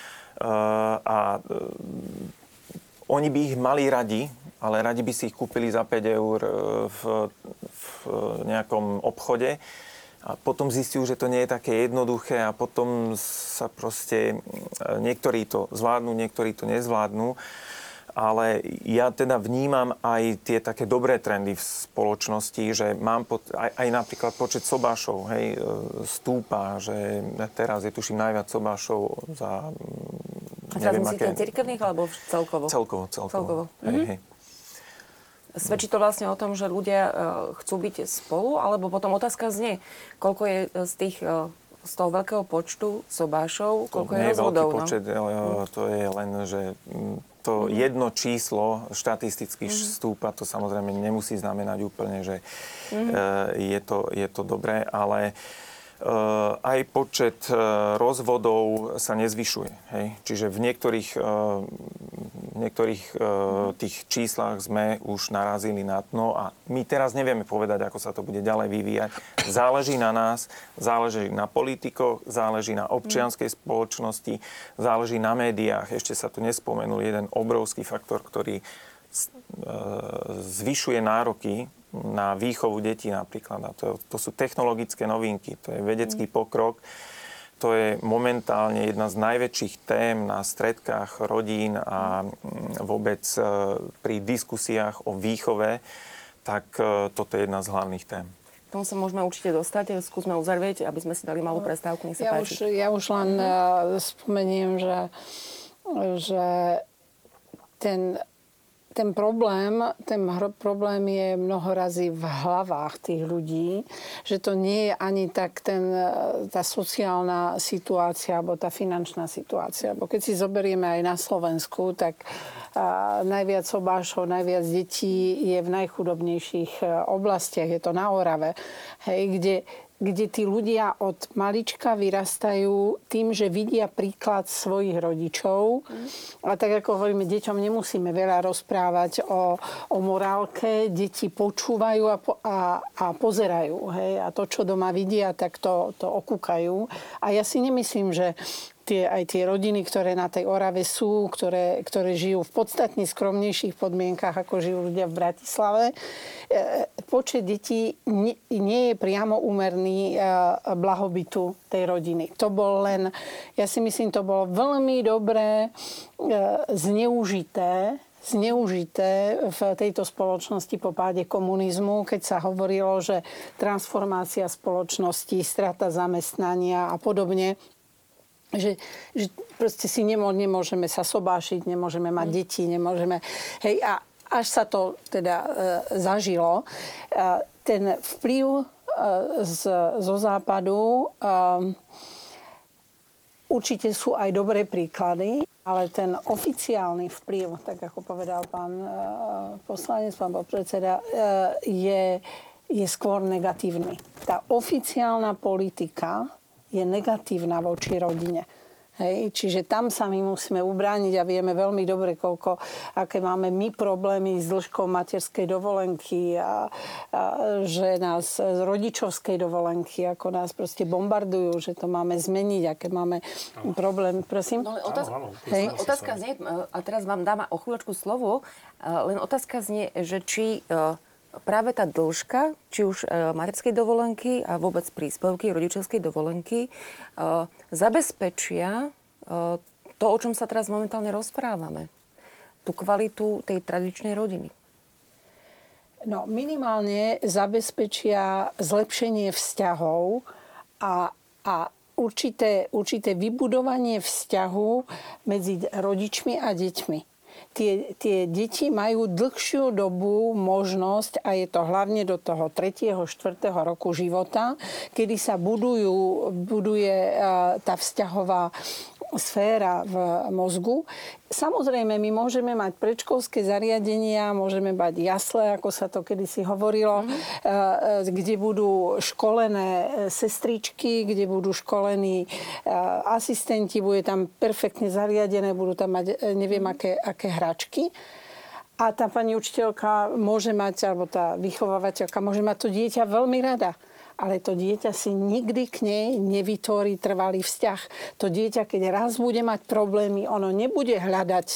Oni by ich mali radi, ale radi by si ich kúpili za 5 eur v nejakom obchode. A potom zistiu, že to nie je také jednoduché a potom sa proste niektorí to zvládnu, niektorí to nezvládnu. Ale ja teda vnímam aj tie také dobré trendy v spoločnosti, že mám aj napríklad počet sobášov, hej, stúpa, že teraz je tuším najviac sobášov za... A teraz myslíte cirkevných alebo celkovo? Celkovo. Hej. Svedčí to vlastne o tom, že ľudia chcú byť spolu, alebo potom otázka znie, koľko je z toho veľkého počtu sobášov, koľko je rozvodov? To nie je veľký počet, to je len, že to jedno číslo štatisticky stúpa, to samozrejme nemusí znamenať úplne, že je to dobré, ale aj počet rozvodov sa nezvyšuje. Hej? Čiže v niektorých tých číslach sme už narazili na dno a my teraz nevieme povedať, ako sa to bude ďalej vyvíjať. Záleží na nás, záleží na politikoch, záleží na občianskej spoločnosti, záleží na médiách. Ešte sa tu nespomenul jeden obrovský faktor, ktorý zvyšuje nároky na výchovu detí napríklad. A to sú technologické novinky, to je vedecký pokrok. To je momentálne jedna z najväčších tém na stredkách rodín a vôbec pri diskusiách o výchove, tak toto je jedna z hlavných tém. Tomu sa môžeme určite dostať. Skúsme uzavrieť, aby sme si dali malú prestávku. Nech sa páči. Ja už len spomeniem, že ten problém je mnohorazí v hlavách tých ľudí, že to nie je ani tak tá sociálna situácia alebo tá finančná situácia. Lebo keď si zoberieme aj na Slovensku, tak najviac sobášov, najviac detí je v najchudobnejších oblastiach. Je to na Orave, hej, kde tí ľudia od malička vyrastajú tým, že vidia príklad svojich rodičov. A tak ako hovoríme, deťom nemusíme veľa rozprávať o morálke. Deti počúvajú a pozerajú. Hej? A to, čo doma vidia, tak to okúkajú. A ja si nemyslím, že aj tie rodiny, ktoré na tej Orave sú, ktoré žijú v podstatne skromnejších podmienkach, ako žijú ľudia v Bratislave. Počet detí nie je priamo úmerný blahobytu tej rodiny. Ja si myslím, to bolo veľmi dobre zneužité v tejto spoločnosti po páde komunizmu, keď sa hovorilo, že transformácia spoločnosti, strata zamestnania a podobne, že proste si nemôžeme sa sobášiť, nemôžeme mať deti, nemôžeme... Hej, a až sa to teda zažilo, ten vplyv zo západu určite sú aj dobré príklady, ale ten oficiálny vplyv, tak ako povedal pán poslanec, pán podpredseda, je skôr negatívny. Tá oficiálna politika je negatívna voči rodine. Hej, čiže tam sa my musíme ubrániť a vieme veľmi dobre, aké máme my problémy s dĺžkou materskej dovolenky a že nás z rodičovskej dovolenky, ako nás proste bombardujú, že to máme zmeniť, aké máme problém. Prosím? No, otázka znie, a teraz vám dám o chvíľočku slovo, len otázka znie, že či práve tá dĺžka, či už materskej dovolenky a vôbec príspevky rodičovskej dovolenky zabezpečia to, o čom sa teraz momentálne rozprávame. Tú kvalitu tej tradičnej rodiny. No, minimálne zabezpečia zlepšenie vzťahov a určité vybudovanie vzťahu medzi rodičmi a deťmi. Tie deti majú dlhšiu dobu možnosť, a je to hlavne do toho 3. 4. roku života, kedy sa buduje tá vzťahová sféra v mozgu. Samozrejme, my môžeme mať predškolské zariadenia, môžeme mať jasle, ako sa to kedysi hovorilo, kde budú školené sestričky, kde budú školení asistenti, bude tam perfektne zariadené, budú tam mať neviem aké hračky. A tá pani učiteľka môže mať, alebo tá vychovávateľka môže mať to dieťa veľmi rada. Ale to dieťa si nikdy k nej nevytvorí trvalý vzťah. To dieťa, keď raz bude mať problémy, ono nebude hľadať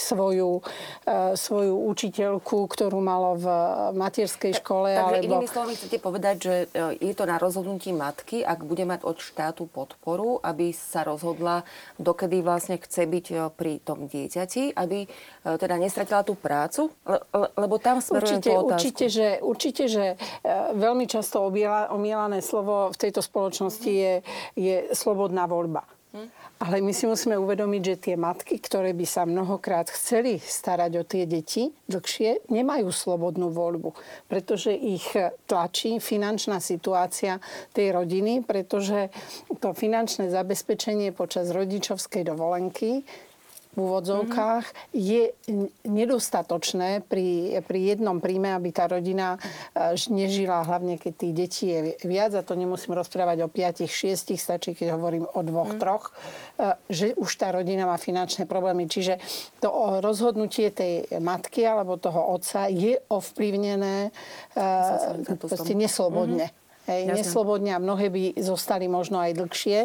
svoju učiteľku, ktorú malo v materskej škole. Takže inými slovami chcete povedať, že je to na rozhodnutí matky, ak bude mať od štátu podporu, aby sa rozhodla, dokedy vlastne chce byť pri tom dieťati, aby teda nestratila tú prácu? Lebo tam smerujem tú otázku. Určite, že veľmi často omielané slovo v tejto spoločnosti je slobodná voľba. Ale my si musíme uvedomiť, že tie matky, ktoré by sa mnohokrát chceli starať o tie deti dlhšie, nemajú slobodnú voľbu. Pretože ich tlačí finančná situácia tej rodiny, pretože to finančné zabezpečenie počas rodičovskej dovolenky v úvodzovkách je nedostatočné pri jednom príjme, aby tá rodina nežila, hlavne keď tých detí je viac, a to nemusím rozprávať o 5, 6, stačí, keď hovorím o 2, 3, že už tá rodina má finančné problémy. Čiže to rozhodnutie tej matky alebo toho otca je ovplyvnené proste neslobodne. Neslobodne, a mnohé by zostali možno aj dlhšie.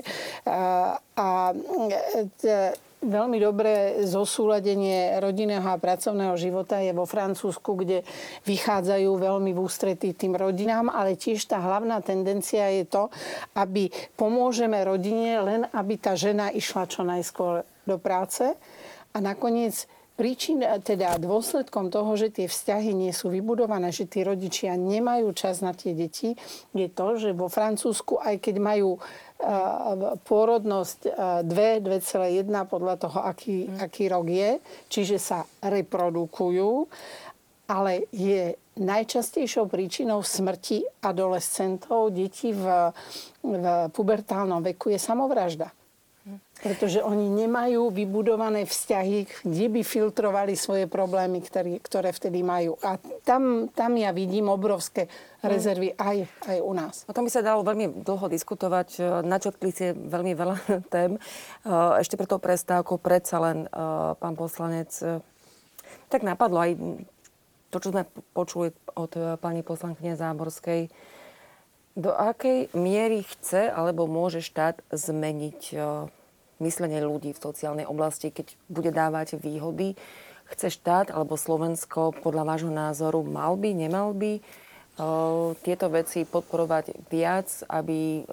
Veľmi dobré zosúladenie rodinného a pracovného života je vo Francúzsku, kde vychádzajú veľmi v ústretí tým rodinám, ale tiež tá hlavná tendencia je to, aby pomôžeme rodine, len aby tá žena išla čo najskôr do práce. A nakoniec dôsledkom toho, že tie vzťahy nie sú vybudované, že tí rodičia nemajú čas na tie deti, je to, že vo Francúzsku, aj keď majú pôrodnosť 2,1 podľa toho, aký rok je, čiže sa reprodukujú, ale je najčastejšou príčinou smrti adolescentov, detí v pubertálnom veku je samovražda. Pretože oni nemajú vybudované vzťahy, kde by filtrovali svoje problémy, ktoré vtedy majú. A tam ja vidím obrovské rezervy aj u nás. O tom by sa dalo veľmi dlho diskutovať. Načrtli ste veľmi veľa tém. Ešte pre tou prestávkou predsa len, pán poslanec, tak napadlo aj to, čo sme počuli od pani poslankyne Záborskej. Do akej miery chce alebo môže štát zmeniť myslenie ľudí v sociálnej oblasti, keď bude dávať výhody? Chce štát alebo Slovensko podľa vášho názoru mal by, nemal by tieto veci podporovať viac, aby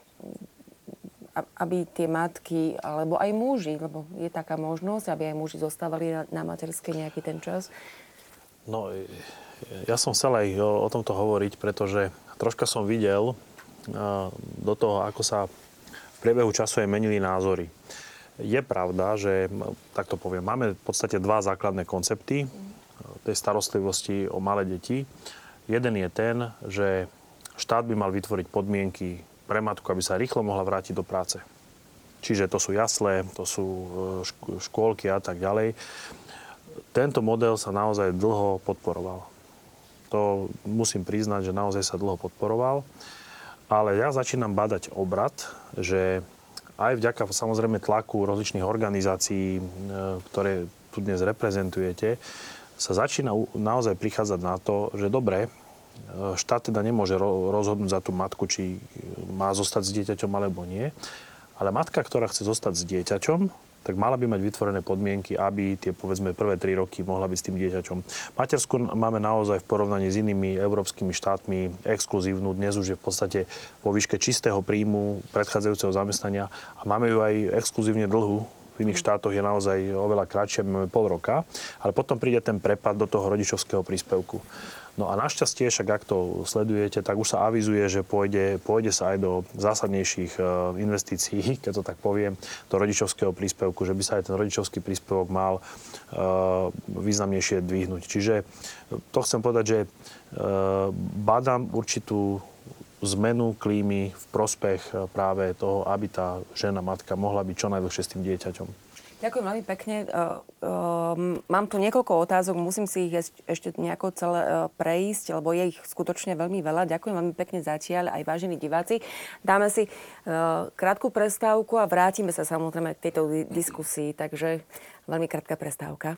tie matky, alebo aj muži, lebo je taká možnosť, aby aj muži zostávali na materskej nejaký ten čas? No, ja som chcel aj o tomto hovoriť, pretože troška som videl do toho, ako sa v priebehu času aj menili názory. Je pravda, že, tak to poviem, máme v podstate dva základné koncepty tej starostlivosti o malé deti. Jeden je ten, že štát by mal vytvoriť podmienky pre matku, aby sa rýchlo mohla vrátiť do práce. Čiže to sú jasle, to sú škôlky a tak ďalej. Tento model sa naozaj dlho podporoval. To musím priznať, že naozaj sa dlho podporoval. Ale ja začínam badať obrat, že aj vďaka samozrejme tlaku rozličných organizácií, ktoré tu dnes reprezentujete, sa začína naozaj prichádzať na to, že dobre, štát teda nemôže rozhodnúť za tú matku, či má zostať s dieťaťom alebo nie, ale matka, ktorá chce zostať s dieťaťom, tak mala by mať vytvorené podmienky, aby tie, povedzme, prvé 3 roky mohla byť s tým dieťaťom. Matersku máme naozaj v porovnaní s inými európskymi štátmi exkluzívnu. Dnes už je v podstate vo výške čistého príjmu predchádzajúceho zamestnania a máme ju aj exkluzívne dlhú. V iných štátoch je naozaj oveľa kratšie, máme pol roka, ale potom príde ten prepad do toho rodičovského príspevku. No a našťastie, však ak to sledujete, tak už sa avizuje, že pôjde sa aj do zásadnejších investícií, keď to tak poviem, do rodičovského príspevku, že by sa aj ten rodičovský príspevok mal významnejšie dvihnúť. Čiže to chcem povedať, že bádam určitú zmenu klímy v prospech práve toho, aby tá žena, matka mohla byť čo najdlhšie s tým dieťaťom. Ďakujem veľmi pekne. Mám tu niekoľko otázok, musím si ich ešte nejako celé prejsť, lebo je ich skutočne veľmi veľa. Ďakujem veľmi pekne zatiaľ, aj vážení diváci. Dáme si krátku prestávku a vrátime sa samozrejme k tejto diskusii, takže veľmi krátka prestávka.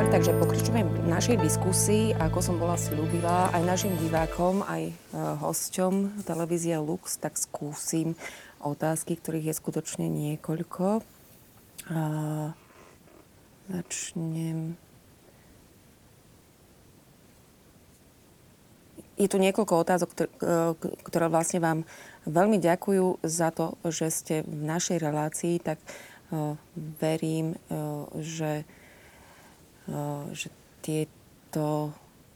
Takže pokračujeme v našej diskusii, ako som bola sľúbila aj našim divákom, aj hosťom televízie Lux, tak skúsim otázky, ktorých je skutočne niekoľko. Začnem. Je tu niekoľko otázok, ktoré vlastne vám veľmi ďakujú za to, že ste v našej relácii, tak verím, že tieto...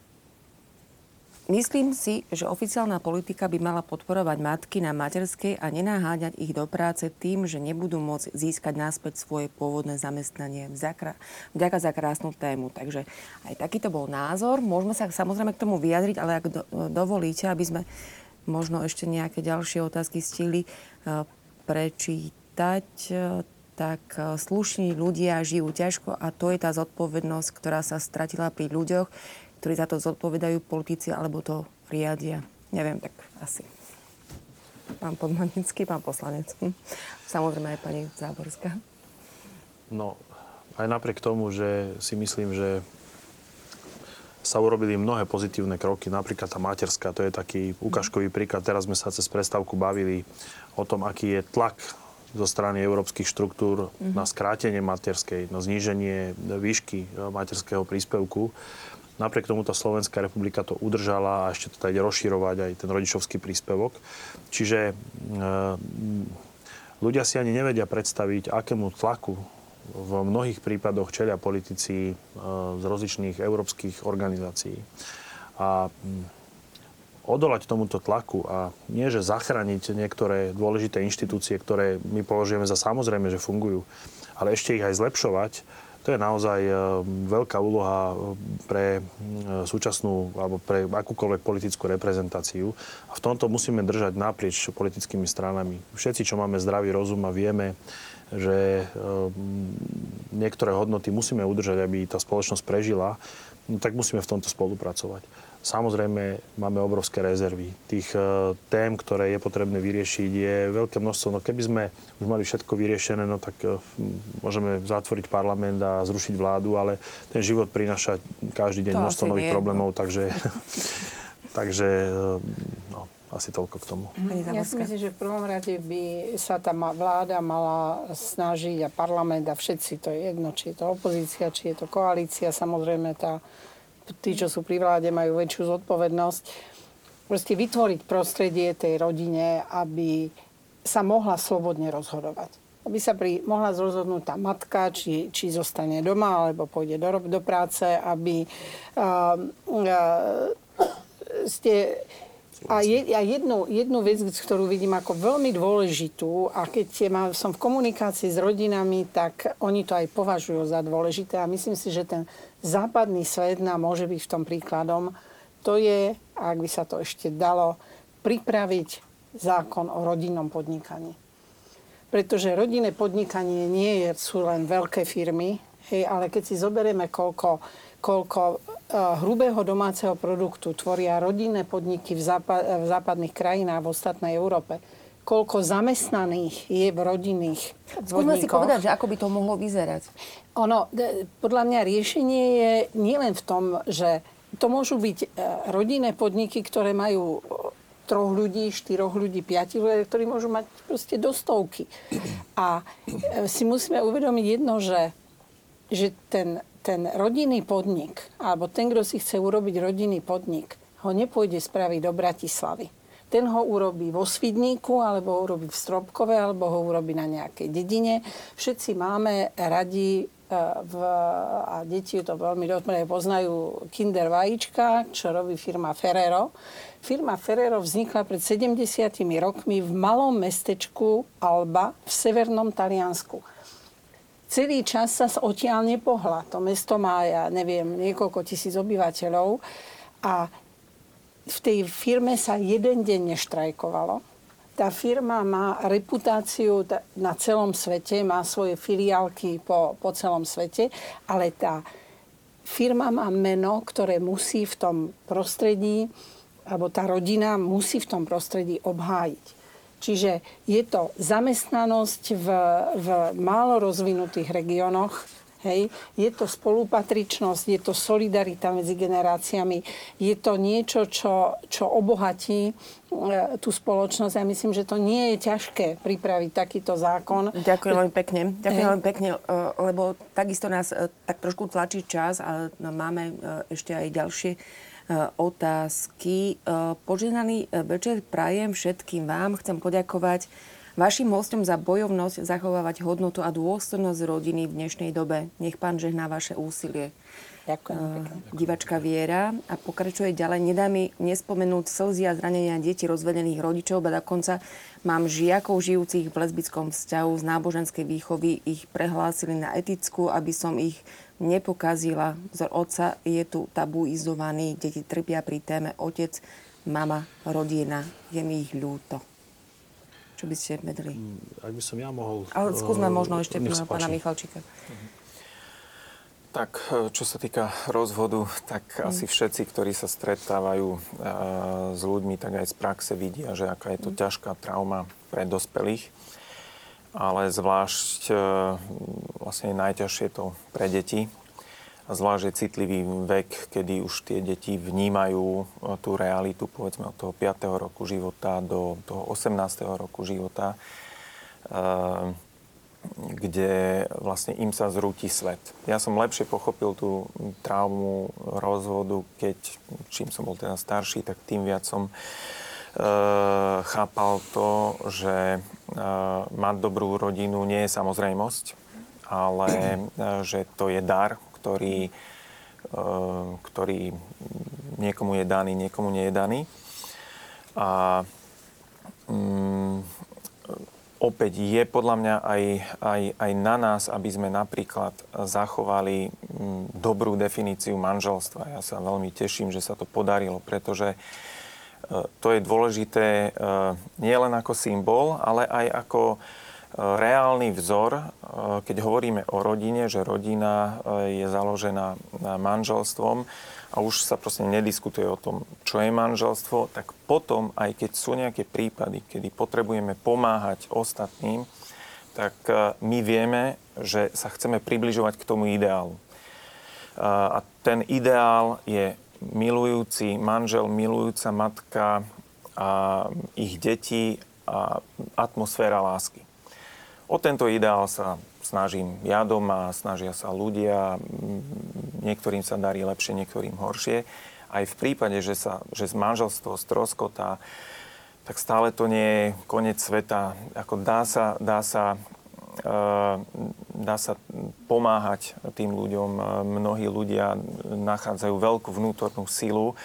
Myslím si, že oficiálna politika by mala podporovať matky na materskej a nenaháňať ich do práce tým, že nebudú môcť získať naspäť svoje pôvodné zamestnanie. Vďaka za krásnu tému. Takže aj takýto bol názor. Môžeme sa samozrejme k tomu vyjadriť, ale ak dovolíte, aby sme možno ešte nejaké ďalšie otázky stihli prečítať, tak slušní ľudia žijú ťažko a to je tá zodpovednosť, ktorá sa stratila pri ľuďoch, ktorí za to zodpovedajú, politici, alebo to riadia. Neviem, tak asi. Pán Podmanický, pán poslanec. Samozrejme aj pani Záborská. No, aj napriek tomu, že si myslím, že sa urobili mnohé pozitívne kroky, napríklad tá materská, to je taký ukážkový príklad. Teraz sme sa cez prestávku bavili o tom, aký je tlak zo strany európskych štruktúr na skrátenie materskej, na zníženie výšky materského príspevku. Napriek tomuto Slovenská republika to udržala a ešte to ide rozširovať aj ten rodičovský príspevok. Čiže ľudia si ani nevedia predstaviť, akému tlaku v mnohých prípadoch čelia politici z rozličných európskych organizácií. A odolať tomuto tlaku a nie, že zachrániť niektoré dôležité inštitúcie, ktoré my považujeme za samozrejme, že fungujú, ale ešte ich aj zlepšovať, to je naozaj veľká úloha pre súčasnú alebo pre akúkoľvek politickú reprezentáciu. A v tomto musíme držať naprieč politickými stranami. Všetci, čo máme zdravý rozum a vieme, že niektoré hodnoty musíme udržať, aby tá spoločnosť prežila, tak musíme v tomto spolupracovať. Samozrejme, máme obrovské rezervy. Tých tém, ktoré je potrebné vyriešiť, je veľké množstvo. No keby sme už mali všetko vyriešené, no tak môžeme zatvoriť parlament a zrušiť vládu, ale ten život prináša každý deň množstvo nových problémov, takže no, asi toľko k tomu. Ja si myslím, že v prvom rade by sa tá vláda mala snažiť a parlament a všetci, to je jedno, či je to opozícia, či je to koalícia, samozrejme tí, čo sú pri vláde, majú väčšiu zodpovednosť. Proste vytvoriť prostredie tej rodine, aby sa mohla slobodne rozhodovať. Aby sa mohla rozhodnúť tá matka, či zostane doma, alebo pôjde do práce, aby jednu vec, ktorú vidím ako veľmi dôležitú, a keď som v komunikácii s rodinami, tak oni to aj považujú za dôležité a myslím si, že ten západný svet nám môže byť v tom príkladom. To je, ak by sa to ešte dalo, pripraviť zákon o rodinnom podnikaní. Pretože rodinné podnikanie sú len veľké firmy, ale keď si zoberieme, koľko hrubého domáceho produktu tvoria rodinné podniky v západných krajinách, v ostatnej Európe, koľko zamestnaných je v rodinných podnikoch. Skúsme si povedať, že ako by to mohlo vyzerať. Podľa mňa riešenie je nielen v tom, že to môžu byť rodinné podniky, ktoré majú 3 ľudí, 4 ľudí, 5 ľudí, ktorí môžu mať proste do 100. A si musíme uvedomiť jedno, že ten rodinný podnik, alebo ten, kto si chce urobiť rodinný podnik, ho nepôjde spraviť do Bratislavy. Ten ho urobí vo Svidníku, alebo ho urobí v Stropkove, alebo ho urobí na nejakej dedine. Všetci máme radi a deti to veľmi dobre poznajú Kinder vajíčka, čo robí firma Ferrero. Firma Ferrero vznikla pred 70 rokmi v malom mestečku Alba v severnom Taliansku. Celý čas sa odtiaľ nepohla. To mesto má, ja neviem, niekoľko tisíc obyvateľov a v tej firme sa jeden deň neštrajkovalo. Tá firma má reputáciu na celom svete, má svoje filiálky po celom svete, ale tá firma má meno, ktoré musí v tom prostredí, alebo tá rodina musí v tom prostredí obhájiť. Čiže je to zamestnanosť v málo rozvinutých regiónoch, Hej. Je to spolupatričnosť, je to solidarita medzi generáciami, je to niečo, čo obohatí tú spoločnosť. Ja myslím, že to nie je ťažké pripraviť takýto zákon. Ďakujem veľmi pekne. Ďakujem veľmi pekne, lebo takisto nás tak trošku tlačí čas a máme ešte aj ďalšie otázky. Požehnaný večer prajem všetkým vám. Chcem poďakovať vašim hosťom za bojovnosť zachovávať hodnotu a dôstojnosť rodiny v dnešnej dobe. Nech Pán žehná vaše úsilie. Ďakujem pekne. Divačka Viera a pokračuje ďalej. Nedá mi nespomenúť slzy a zranenia detí rozvedených rodičov, ba dokonca mám žiakov žijúcich v lesbickom vzťahu z náboženskej výchovy. Ich prehlásili na etickú, aby som ich nepokazila. Vzor otca je tu tabuizovaný. Deti trpia pri téme otec, mama, rodina. Je mi ich ľúto. Čo by ste vedeli? Ak by som ja mohol... Ale skúsme možno ešte pána Michalčíka. Tak, čo sa týka rozvodu, tak asi všetci, ktorí sa stretávajú s ľuďmi, tak aj z praxe vidia, že aká je to ťažká trauma pre dospelých. Ale zvlášť vlastne najťažšie to pre deti. A zvlášť je citlivý vek, kedy už tie deti vnímajú tú realitu, povedzme od toho 5. roku života do toho 18. roku života, kde vlastne im sa zrúti svet. Ja som lepšie pochopil tú traumu rozvodu, čím som bol teda starší, tak tým viac som chápal to, že mať dobrú rodinu nie je samozrejmosť, ale že to je dar, ktorý niekomu je daný, niekomu nie je daný. A opäť je podľa mňa aj na nás, aby sme napríklad zachovali dobrú definíciu manželstva. Ja sa veľmi teším, že sa to podarilo, pretože to je dôležité nielen ako symbol, ale aj ako reálny vzor, keď hovoríme o rodine, že rodina je založená manželstvom a už sa proste nediskutuje o tom, čo je manželstvo, tak potom, aj keď sú nejaké prípady, kedy potrebujeme pomáhať ostatným, tak my vieme, že sa chceme približovať k tomu ideálu. A ten ideál je milujúci manžel, milujúca matka a ich deti a atmosféra lásky. O tento ideál sa snažím ja doma, snažia sa ľudia, niektorým sa darí lepšie, niektorým horšie. Aj v prípade, že z manželstvo stroskotá, tak stále to nie je koniec sveta. Ako dá sa pomáhať tým ľuďom. Mnohí ľudia nachádzajú veľkú vnútornú silu.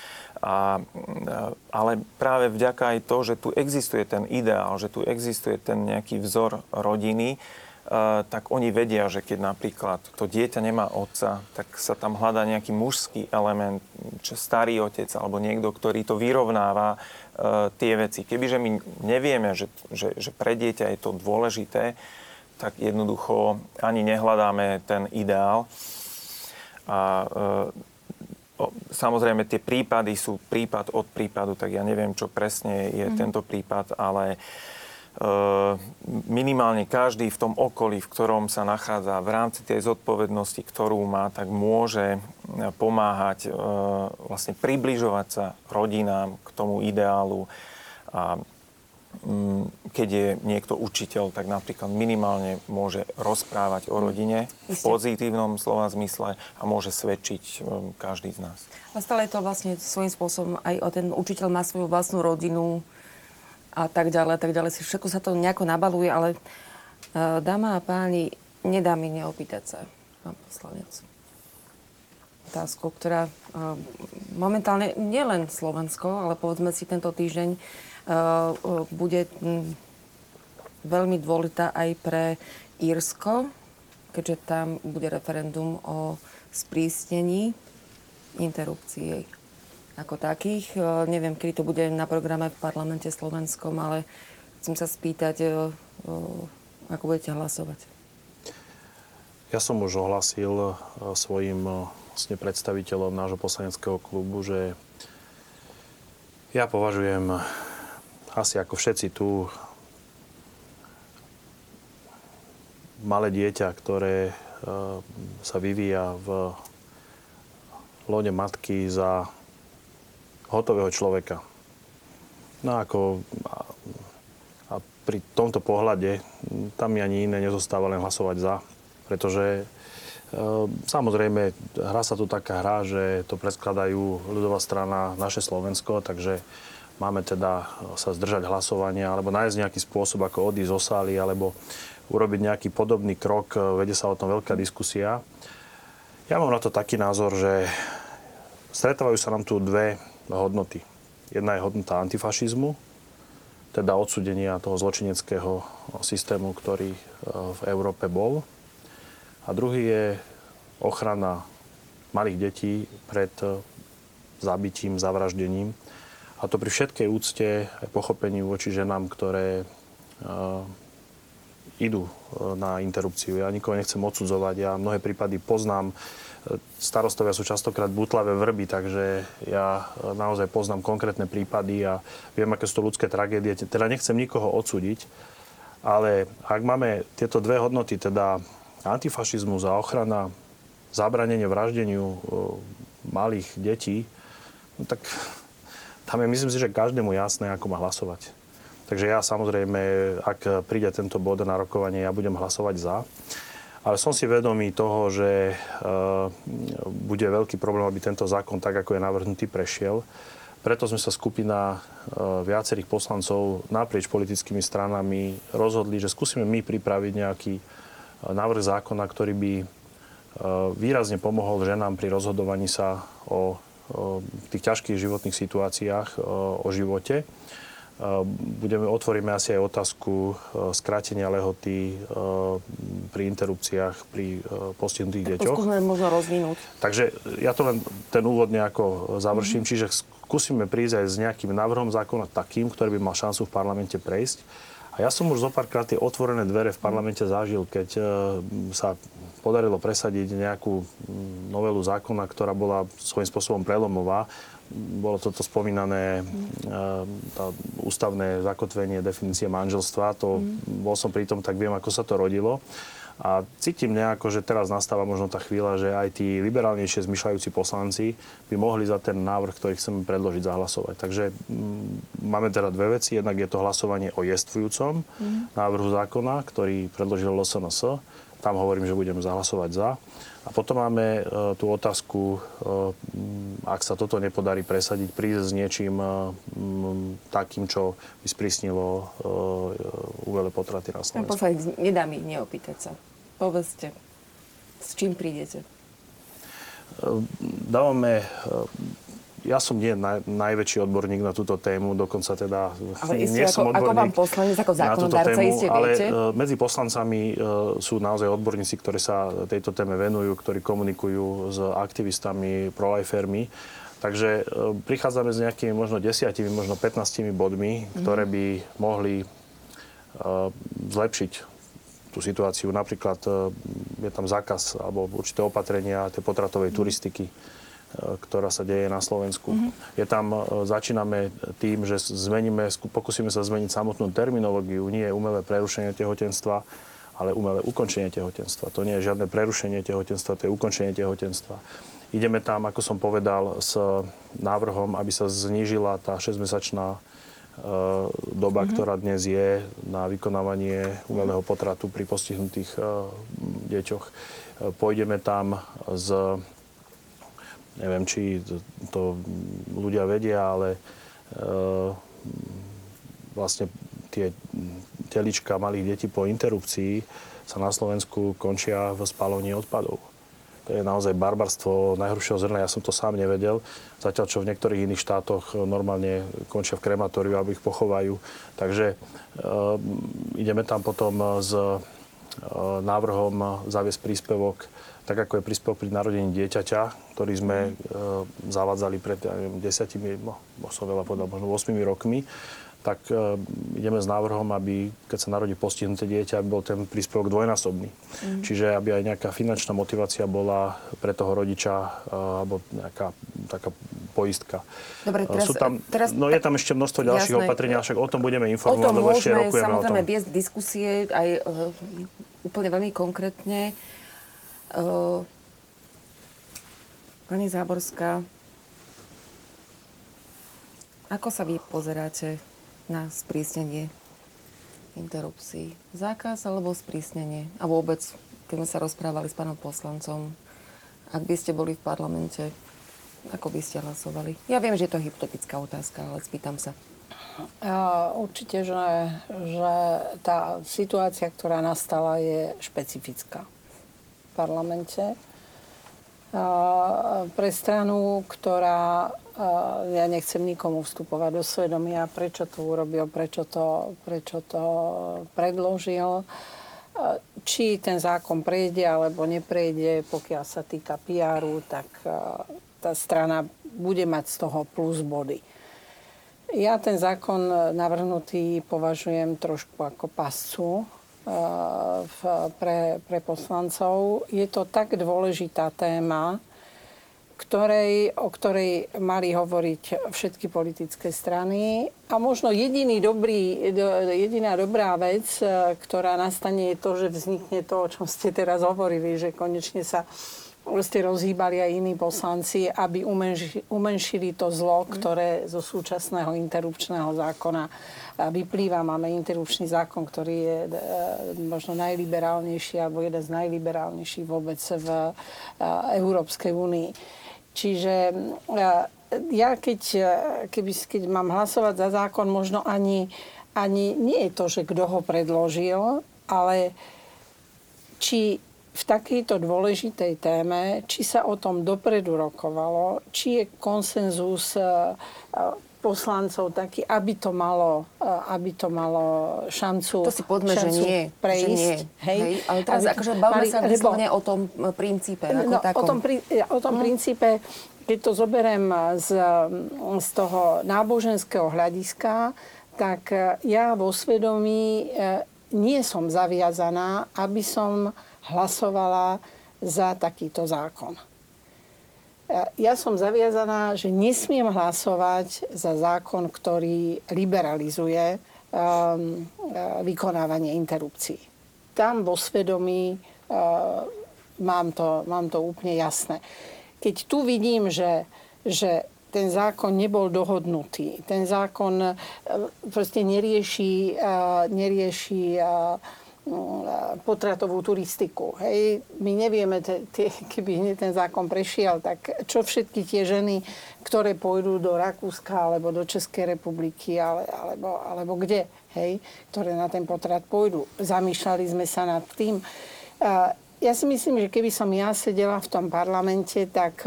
Ale práve vďaka aj to, že tu existuje ten ideál, že tu existuje ten nejaký vzor rodiny, tak oni vedia, že keď napríklad to dieťa nemá otca, tak sa tam hľadá nejaký mužský element, čo starý otec alebo niekto, ktorý to vyrovnáva tie veci. Kebyže my nevieme, že pre dieťa je to dôležité, tak jednoducho ani nehľadáme ten ideál. A samozrejme, tie prípady sú prípad od prípadu, tak ja neviem, čo presne je tento prípad, ale minimálne každý v tom okolí, v ktorom sa nachádza v rámci tej zodpovednosti, ktorú má, tak môže pomáhať vlastne približovať sa rodinám k tomu ideálu. A keď je niekto učiteľ, tak napríklad minimálne môže rozprávať o rodine v pozitívnom slova zmysle a môže svedčiť každý z nás. A stále je to vlastne svojím spôsobom aj ten učiteľ má svoju vlastnú rodinu a tak ďalej. Všetko sa to nejako nabaluje, ale dáma a páni, nedá mi neopýtať sa, pán poslanec, otázku, ktorá momentálne nielen Slovensko, ale povedzme si tento týždeň bude veľmi dôležitá aj pre Írsko, keďže tam bude referendum o sprísnení interrupcií ako takých. Neviem, kedy to bude na programe v parlamente slovenskom, ale chcem sa spýtať, ako budete hlasovať. Ja som už ohlasil svojim vlastne predstaviteľom nášho poslaneckého klubu, že ja považujem asi ako všetci tu malé dieťa, ktoré sa vyvíja v lone matky za hotového človeka. No ako a pri tomto pohľade tam mi ani iné nezostáva len hlasovať za, pretože samozrejme hrá sa tu taká hra, že to predkladajú ľudová strana Naše Slovensko, takže máme teda sa zdržať hlasovania alebo nájsť nejaký spôsob, ako odísť zo sály alebo urobiť nejaký podobný krok. Vedie sa o tom veľká diskusia. Ja mám na to taký názor, že stretávajú sa nám tu dve hodnoty. Jedna je hodnota antifašizmu, teda odsúdenia toho zločineckého systému, ktorý v Európe bol. A druhý je ochrana malých detí pred zabitím, zavraždením. A to pri všetkej úcte aj pochopeniu voči ženám, ktoré idú na interrupciu. Ja nikoho nechcem odsudzovať. Ja mnohé prípady poznám. Starostovia sú častokrát bútlavé vrby, takže ja naozaj poznám konkrétne prípady a viem, aké sú to ľudské tragédie. Teda nechcem nikoho odsúdiť, ale ak máme tieto dve hodnoty, teda antifašizmus a ochrana, zabranenie vraždeniu malých detí, no tak tam je, myslím si, že každému jasné, ako má hlasovať. Takže ja samozrejme, ak príde tento bod na rokovanie, ja budem hlasovať za. Ale som si vedomý toho, že bude veľký problém, aby tento zákon, tak ako je navrhnutý, prešiel. Preto sme sa skupina viacerých poslancov naprieč politickými stranami rozhodli, že skúsime my pripraviť nejaký návrh zákona, ktorý by výrazne pomohol ženám pri rozhodovaní sa o tých ťažkých životných situáciách, o živote. Otvoríme asi aj otázku skrátenia lehoty pri interrupciách, pri postihnutých deťoch. To skúsme možno rozvinúť. Takže ja to len ten úvod nejako završím. Čiže skúsime prísť aj s nejakým návrhom zákona takým, ktorý by mal šancu v parlamente prejsť. A ja som už zopárkrát tie otvorené dvere v parlamente zažil, keď sa podarilo presadiť nejakú novelu zákona, ktorá bola svojím spôsobom prelomová. Bolo toto spomínané ústavné zakotvenie definície manželstva. Bol som pri tom, tak viem, ako sa to rodilo. A cítim nejako, že teraz nastáva možno tá chvíľa, že aj tí liberálnejšie zmyšľajúci poslanci by mohli za ten návrh, ktorý chceme predložiť, zahlasovať. Takže máme teda dve veci. Jednak je to hlasovanie o jestvujúcom návrhu zákona, ktorý predložil LSNS. Tam hovorím, že budem zahlasovať za. A potom máme tú otázku, ak sa toto nepodarí presadiť, prísť s niečím takým, čo by sprísnilo umelé potraty na Slovensku. Poslanec, nedá mi neopýtať sa. Povedzte, s čím prídete? Dávame... Ja som nie najväčší odborník na túto tému, dokonca teda nie som odborník ako vám poslanec, ako zákonodárca, iste viete? Ale medzi poslancami sú naozaj odborníci, ktorí sa tejto téme venujú, ktorí komunikujú s aktivistami, prolifermi. Takže prichádzame s nejakými možno 10, možno 15 bodmi, ktoré by mohli zlepšiť tú situáciu. Napríklad je tam zákaz alebo určité opatrenia tej potratovej turistiky, ktorá sa deje na Slovensku. Je tam, začíname tým, že pokúsime sa zmeniť samotnú terminológiu. Nie je umelé prerušenie tehotenstva, ale umelé ukončenie tehotenstva. To nie je žiadne prerušenie tehotenstva, to je ukončenie tehotenstva. Ideme tam, ako som povedal, s návrhom, aby sa znížila tá 6-mesačná doba, ktorá dnes je na vykonávanie umelého potratu pri postihnutých deťoch. Pôjdeme tam neviem, či to ľudia vedia, ale vlastne tie telička malých detí po interrupcii sa na Slovensku končia v spaľovni odpadov. To je naozaj barbarstvo najhrubšieho zrna. Ja som to sám nevedel. Zatiaľ, čo v niektorých iných štátoch normálne končia v krematóriu, alebo ich pochovajú. Takže ideme tam potom s návrhom zaviesť príspevok, tak ako je príspevok pri narodení dieťaťa, ktorý sme zavádzali pred 10, som veľa povedal, možno 8 rokmi, tak ideme s návrhom, aby keď sa narodí postihnuté dieťa, aby bol ten príspevok dvojnásobný. Čiže aby aj nejaká finančná motivácia bola pre toho rodiča, alebo nejaká taká poistka. Dobre, je tam ešte množstvo ďalších opatrení, však o tom budeme informovať, lebo ešte rokujeme o tom. Samozrejme viesť diskusie aj úplne veľmi konkrétne. Pani Záborská, ako sa vy pozeráte na sprísnenie interrupcií? Zákaz alebo sprísnenie? A vôbec, keď sme sa rozprávali s pánom poslancom, ak by ste boli v parlamente, ako by ste hlasovali? Ja viem, že je to hypotetická otázka, ale spýtam sa. Určite, že tá situácia, ktorá nastala, je špecifická v parlamente. Pre stranu, ktorá, ja nechcem nikomu vstupovať do svedomia, prečo to urobil, prečo to predložil, či ten zákon prejde alebo neprejde, pokiaľ sa týka PR-u, tak tá strana bude mať z toho plus body. Ja ten zákon navrhnutý považujem trošku ako pascu pre poslancov. Je to tak dôležitá téma, o ktorej mali hovoriť všetky politické strany. A možno jediná dobrá vec, ktorá nastane, je to, že vznikne to, o čom ste teraz hovorili, že konečne sa rozhýbali aj iní poslanci, aby umenšili to zlo, ktoré zo súčasného interrupčného zákona vyplýva. Máme interrupčný zákon, ktorý je možno najliberálnejší alebo jeden z najliberálnejších vôbec v Európskej únii. Čiže ja keď mám hlasovať za zákon, možno ani nie je to, že kto ho predložil, ale či v takejto dôležitej téme, či sa o tom dopredu rokovalo, či je konsenzus poslancov taký, aby to malo šancu, to si poďme, že nie, prejsť. Že nie. Hej? Ale teraz akože bavme sa vyslovene o tom princípe. Ako takom. O tom princípe, keď to zoberiem z toho náboženského hľadiska, tak ja vo svedomí nie som zaviazaná, aby som hlasovala za takýto zákon. Ja som zaviazaná, že nesmiem hlasovať za zákon, ktorý liberalizuje vykonávanie interrupcií. Tam vo svedomí mám to úplne jasné. Keď tu vidím, že ten zákon nebol dohodnutý, ten zákon proste nerieši potratovú turistiku. Hej. My nevieme, keby ten zákon prešiel, tak čo všetky tie ženy, ktoré pôjdu do Rakúska alebo do Českej republiky alebo kde, hej, ktoré na ten potrat pôjdu. Zamýšľali sme sa nad tým. Ja si myslím, že keby som ja sedela v tom parlamente, tak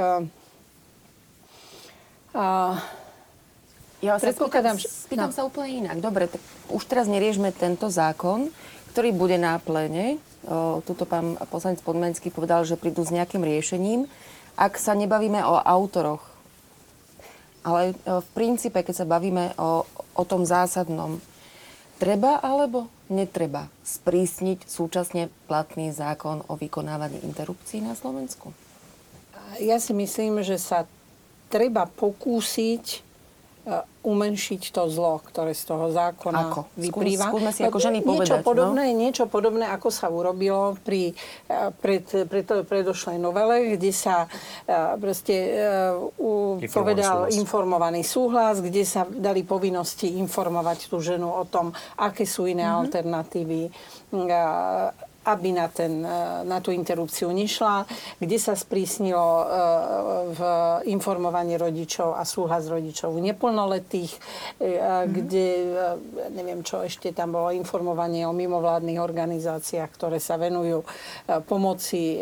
ja spýtam sa úplne inak. Dobre, tak už teraz neriešme tento zákon, ktorý bude na pléne. Tuto pán poslanec Podmanecký povedal, že prídu s nejakým riešením. Ak sa nebavíme o autoroch, ale v princípe, keď sa bavíme o tom zásadnom, treba alebo netreba sprísniť súčasne platný zákon o vykonávaní interrupcií na Slovensku? Ja si myslím, že sa treba pokúsiť umenšiť to zlo, ktoré z toho zákona vyplýva. Skúsme si ako ženy povedať. Niečo podobné, ako sa urobilo pri predošlej novele, kde sa povedal informovaný súhlas, kde sa dali povinnosti informovať tú ženu o tom, aké sú iné alternatívy, aby na tú interrupciu nešla, kde sa sprísnilo v informovanie rodičov a súhlas rodičov neplnoletých, kde, neviem čo ešte tam bolo, informovanie o mimovládnych organizáciách, ktoré sa venujú pomoci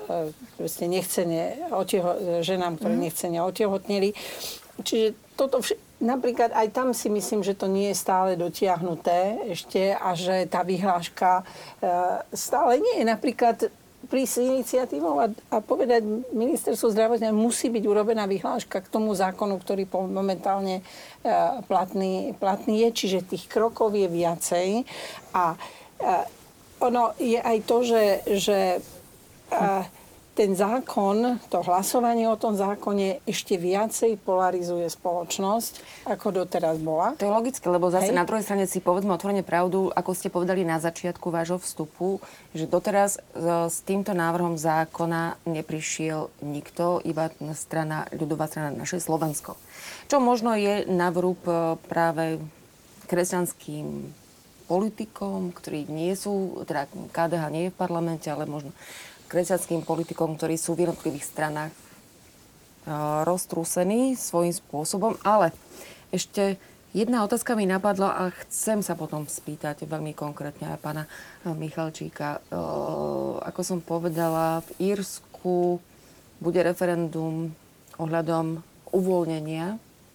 ženám, ktoré nechcene otehotneli. Čiže toto napríklad aj tam si myslím, že to nie je stále dotiahnuté ešte a že tá vyhláška stále nie je. Napríklad prísť iniciatívou a povedať ministerstvu zdravotníctva, musí byť urobená vyhláška k tomu zákonu, ktorý momentálne platný je. Čiže tých krokov je viacej. A ono je aj to, že ten zákon, to hlasovanie o tom zákone ešte viacej polarizuje spoločnosť, ako doteraz bola. To je logické, lebo zase na druhej strane si povedzme otvorene pravdu, ako ste povedali na začiatku vášho vstupu, že doteraz s týmto návrhom zákona neprišiel nikto, iba ľudová strana naše Slovensko. Čo možno je na vrúb práve kresťanským politikom, ktorí nie sú, teda KDH nie je v parlamente, ale možno kresťanským politikom, ktorí sú v jednotlivých stranách roztrúsení svojím spôsobom. Ale ešte jedna otázka mi napadla a chcem sa potom spýtať veľmi konkrétne aj pána Michalčíka. Ako som povedala, v Írsku bude referendum ohľadom uvoľnenia.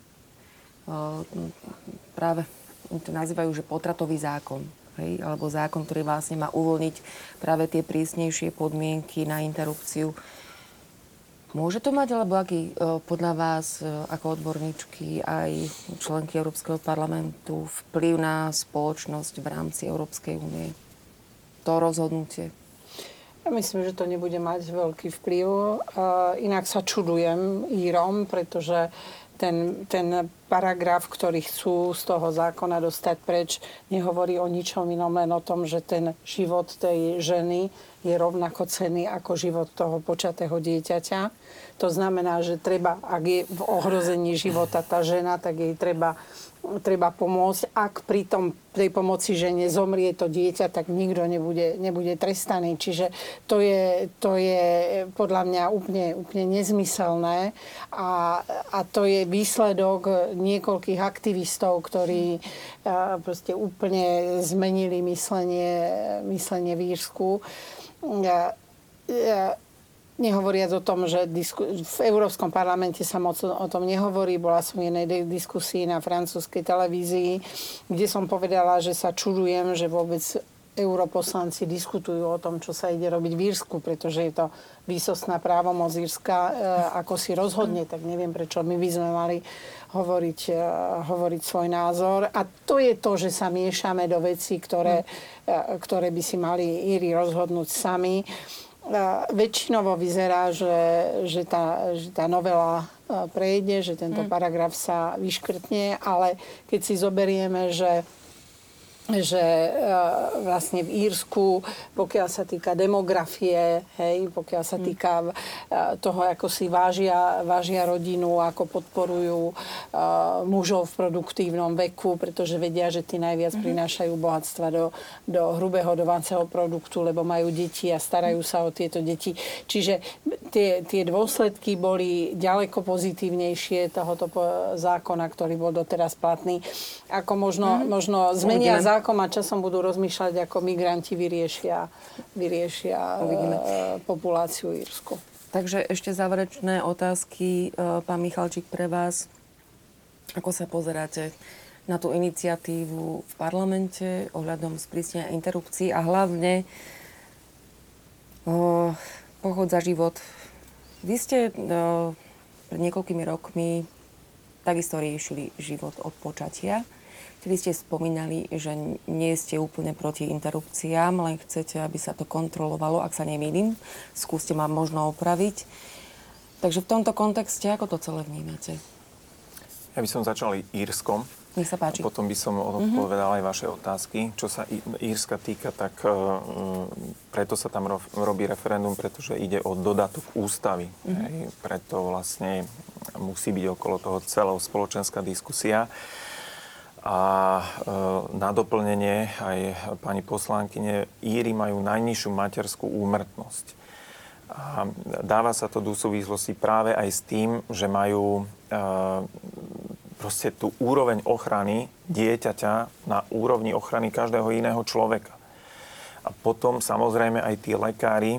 Práve to nazývajú, že potratový zákon. Hej, alebo zákon, ktorý vlastne má uvoľniť práve tie prísnejšie podmienky na interrupciu. Môže to mať, alebo aký podľa vás ako odborníčky aj členky Európskeho parlamentu vplyv na spoločnosť v rámci Európskej únie? To rozhodnutie? Ja myslím, že to nebude mať veľký vplyv. Inak sa čudujem Írom, pretože ten paragraf, ktorý chcú z toho zákona dostať preč, nehovorí o ničom inom, len o tom, že ten život tej ženy je rovnako cenný ako život toho počatého dieťaťa. To znamená, že ak je v ohrození života tá žena, tak jej treba pomôcť. Ak pri tej pomoci žene zomrie to dieťa, tak nikto nebude trestaný. Čiže to je podľa mňa úplne nezmyselné a to je výsledok niekoľkých aktivistov, ktorí proste úplne zmenili myslenie v Írsku. Nehovoriac o tom, že v Európskom parlamente sa moc o tom nehovorí. Bola som v jednej diskusii na francúzskej televízii, kde som povedala, že sa čudujem, že vôbec europoslanci diskutujú o tom, čo sa ide robiť v Írsku, pretože je to výsostná právomoc Írska, ako si rozhodne, tak neviem, prečo my by sme mali hovoriť svoj názor. A to je to, že sa miešame do vecí, ktoré by si mali Íri rozhodnúť sami. Väčšinovo vyzerá, že tá novela prejde, že tento paragraf sa vyškrtne, ale keď si zoberieme, že vlastne v Írsku, pokiaľ sa týka demografie, pokiaľ sa týka toho, ako si vážia rodinu, ako podporujú mužov v produktívnom veku, pretože vedia, že tí najviac prinášajú bohatstva do hrubého domáceho produktu, lebo majú deti a starajú sa o tieto deti. Čiže tie dôsledky boli ďaleko pozitívnejšie tohoto zákona, ktorý bol doteraz platný, ako možno zmenia zákon a časom budú rozmýšľať, ako migranti vyriešia populáciu Írsku. Takže ešte záverečné otázky, pán Michalčík, pre vás. Ako sa pozeráte na tú iniciatívu v parlamente ohľadom sprísnenia interrupcií a hlavne pochod za život? Vy ste pred niekoľkými rokmi takisto riešili život od počatia. Vtedy ste spomínali, že nie ste úplne proti interrupciám, len chcete, aby sa to kontrolovalo, ak sa nemýlim. Skúste ma možno opraviť. Takže v tomto kontexte, ako to celé vnímate? Ja by som začal Írskom. Nech sa páči. A potom by som odpovedal aj vaše otázky. Čo sa Írska týka, tak preto sa tam robí referendum, pretože ide o dodatok ústavy. Preto vlastne musí byť okolo toho celospoločenská diskusia. A na doplnenie aj pani poslankyne, Íri majú najnižšiu materskú úmrtnosť. A dáva sa to do súvislosti práve aj s tým, že majú proste tú úroveň ochrany dieťaťa na úrovni ochrany každého iného človeka. A potom samozrejme aj tí lekári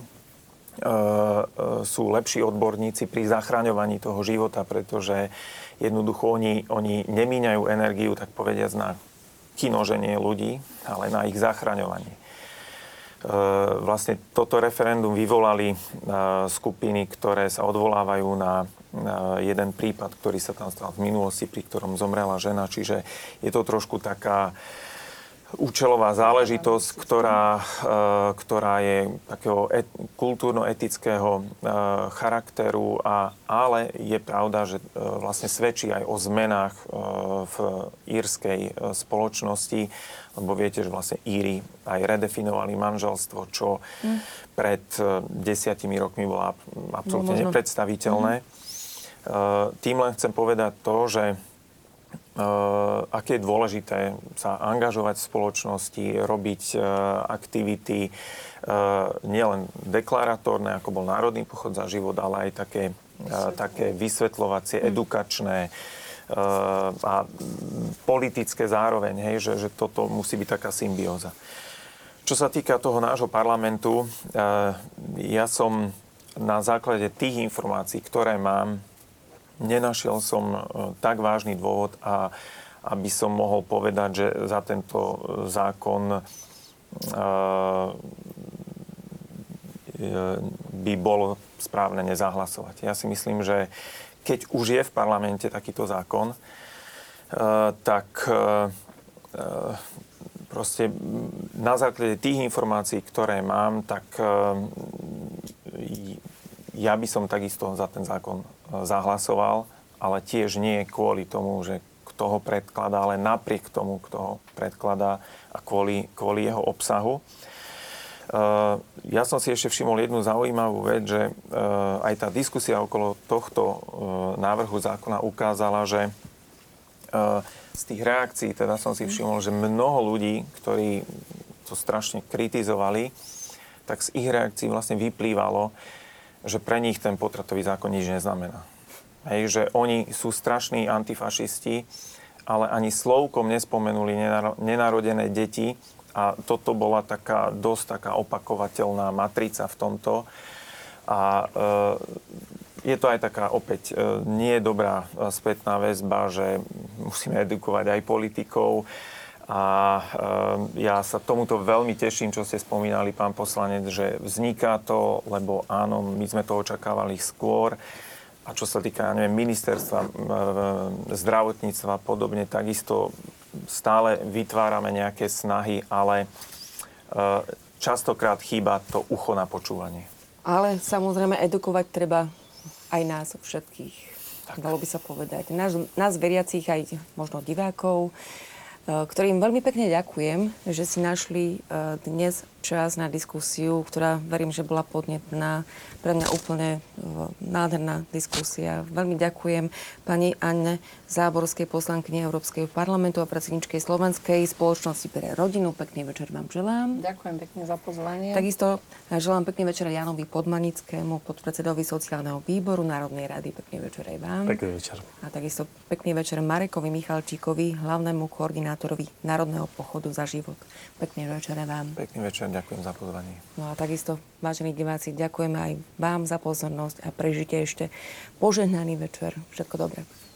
sú lepší odborníci pri zachraňovaní toho života, pretože jednoducho oni nemíňajú energiu, tak povediac, na kinoženie ľudí, ale na ich zachraňovanie. Vlastne toto referendum vyvolali skupiny, ktoré sa odvolávajú na jeden prípad, ktorý sa tam stal v minulosti, pri ktorom zomrela žena. Čiže je to trošku taká účelová záležitosť, ktorá je takého kultúrno-etického charakteru, ale je pravda, že vlastne svedčí aj o zmenách v írskej spoločnosti, lebo viete, že vlastne Íri aj redefinovali manželstvo, čo pred 10 rokmi bolo absolútne nepredstaviteľné. Tým len chcem povedať to, že aké je dôležité sa angažovať v spoločnosti, robiť aktivity nielen deklaratórne, ako bol Národný pochod za život, ale aj také vysvetľovacie, edukačné a politické zároveň, hej, že toto musí byť taká symbióza. Čo sa týka toho nášho parlamentu, ja som na základe tých informácií, ktoré mám, nenašiel som tak vážny dôvod, aby som mohol povedať, že za tento zákon by bolo správne nezahlasovať. Ja si myslím, že keď už je v parlamente takýto zákon, tak proste na základe tých informácií, ktoré mám, tak ja by som takisto za ten zákon zahlasoval, ale tiež nie kvôli tomu, že kto ho predkladá, ale napriek tomu, kto ho predkladá a kvôli jeho obsahu. Ja som si ešte všimol jednu zaujímavú vec, že aj tá diskusia okolo tohto návrhu zákona ukázala, že z tých reakcií teda som si všimol, že mnoho ľudí, ktorí to strašne kritizovali, tak z ich reakcií vlastne vyplývalo, že pre nich ten potratový zákon nič neznamená. Hej, že oni sú strašní antifašisti, ale ani slovkom nespomenuli nenarodené deti a toto bola dosť taká opakovateľná matrica v tomto. A je to aj taká opäť nie dobrá spätná väzba, že musíme edukovať aj politikov. A ja sa tomuto veľmi teším, čo ste spomínali, pán poslanec, že vzniká to, lebo áno, my sme to očakávali skôr. A čo sa týka, ministerstva zdravotníctva a podobne, takisto stále vytvárame nejaké snahy, ale častokrát chýba to ucho na počúvanie. Ale samozrejme edukovať treba aj nás všetkých. Dalo by sa povedať. Nás veriacich aj možno divákov, ktorým veľmi pekne ďakujem, že si našli dnes čas na diskusiu, ktorá verím, že bola podnetná. Pre mňa úplne nádherná diskusia. Veľmi ďakujem pani Anne Záborskej, poslankyni Európskeho parlamentu a predsedničke Slovenskej spoločnosti pre rodinu. Pekný večer vám želám. Ďakujem pekne za pozvanie. Takisto želám pekný večer Jánovi Podmanickému, podpredsedovi sociálneho výboru Národnej rady. Pekný večer aj vám. Pekný večer. A takisto pekný večer Marekovi Michalčíkovi, hlavnému koordinátorovi Národného pochodu za život. Pekný večer aj vám. Pekný večer, ďakujem za pozvanie. No a takisto, vážení diváci, ďakujeme aj vám za pozornosť a prežite ešte požehnaný večer. Všetko dobré.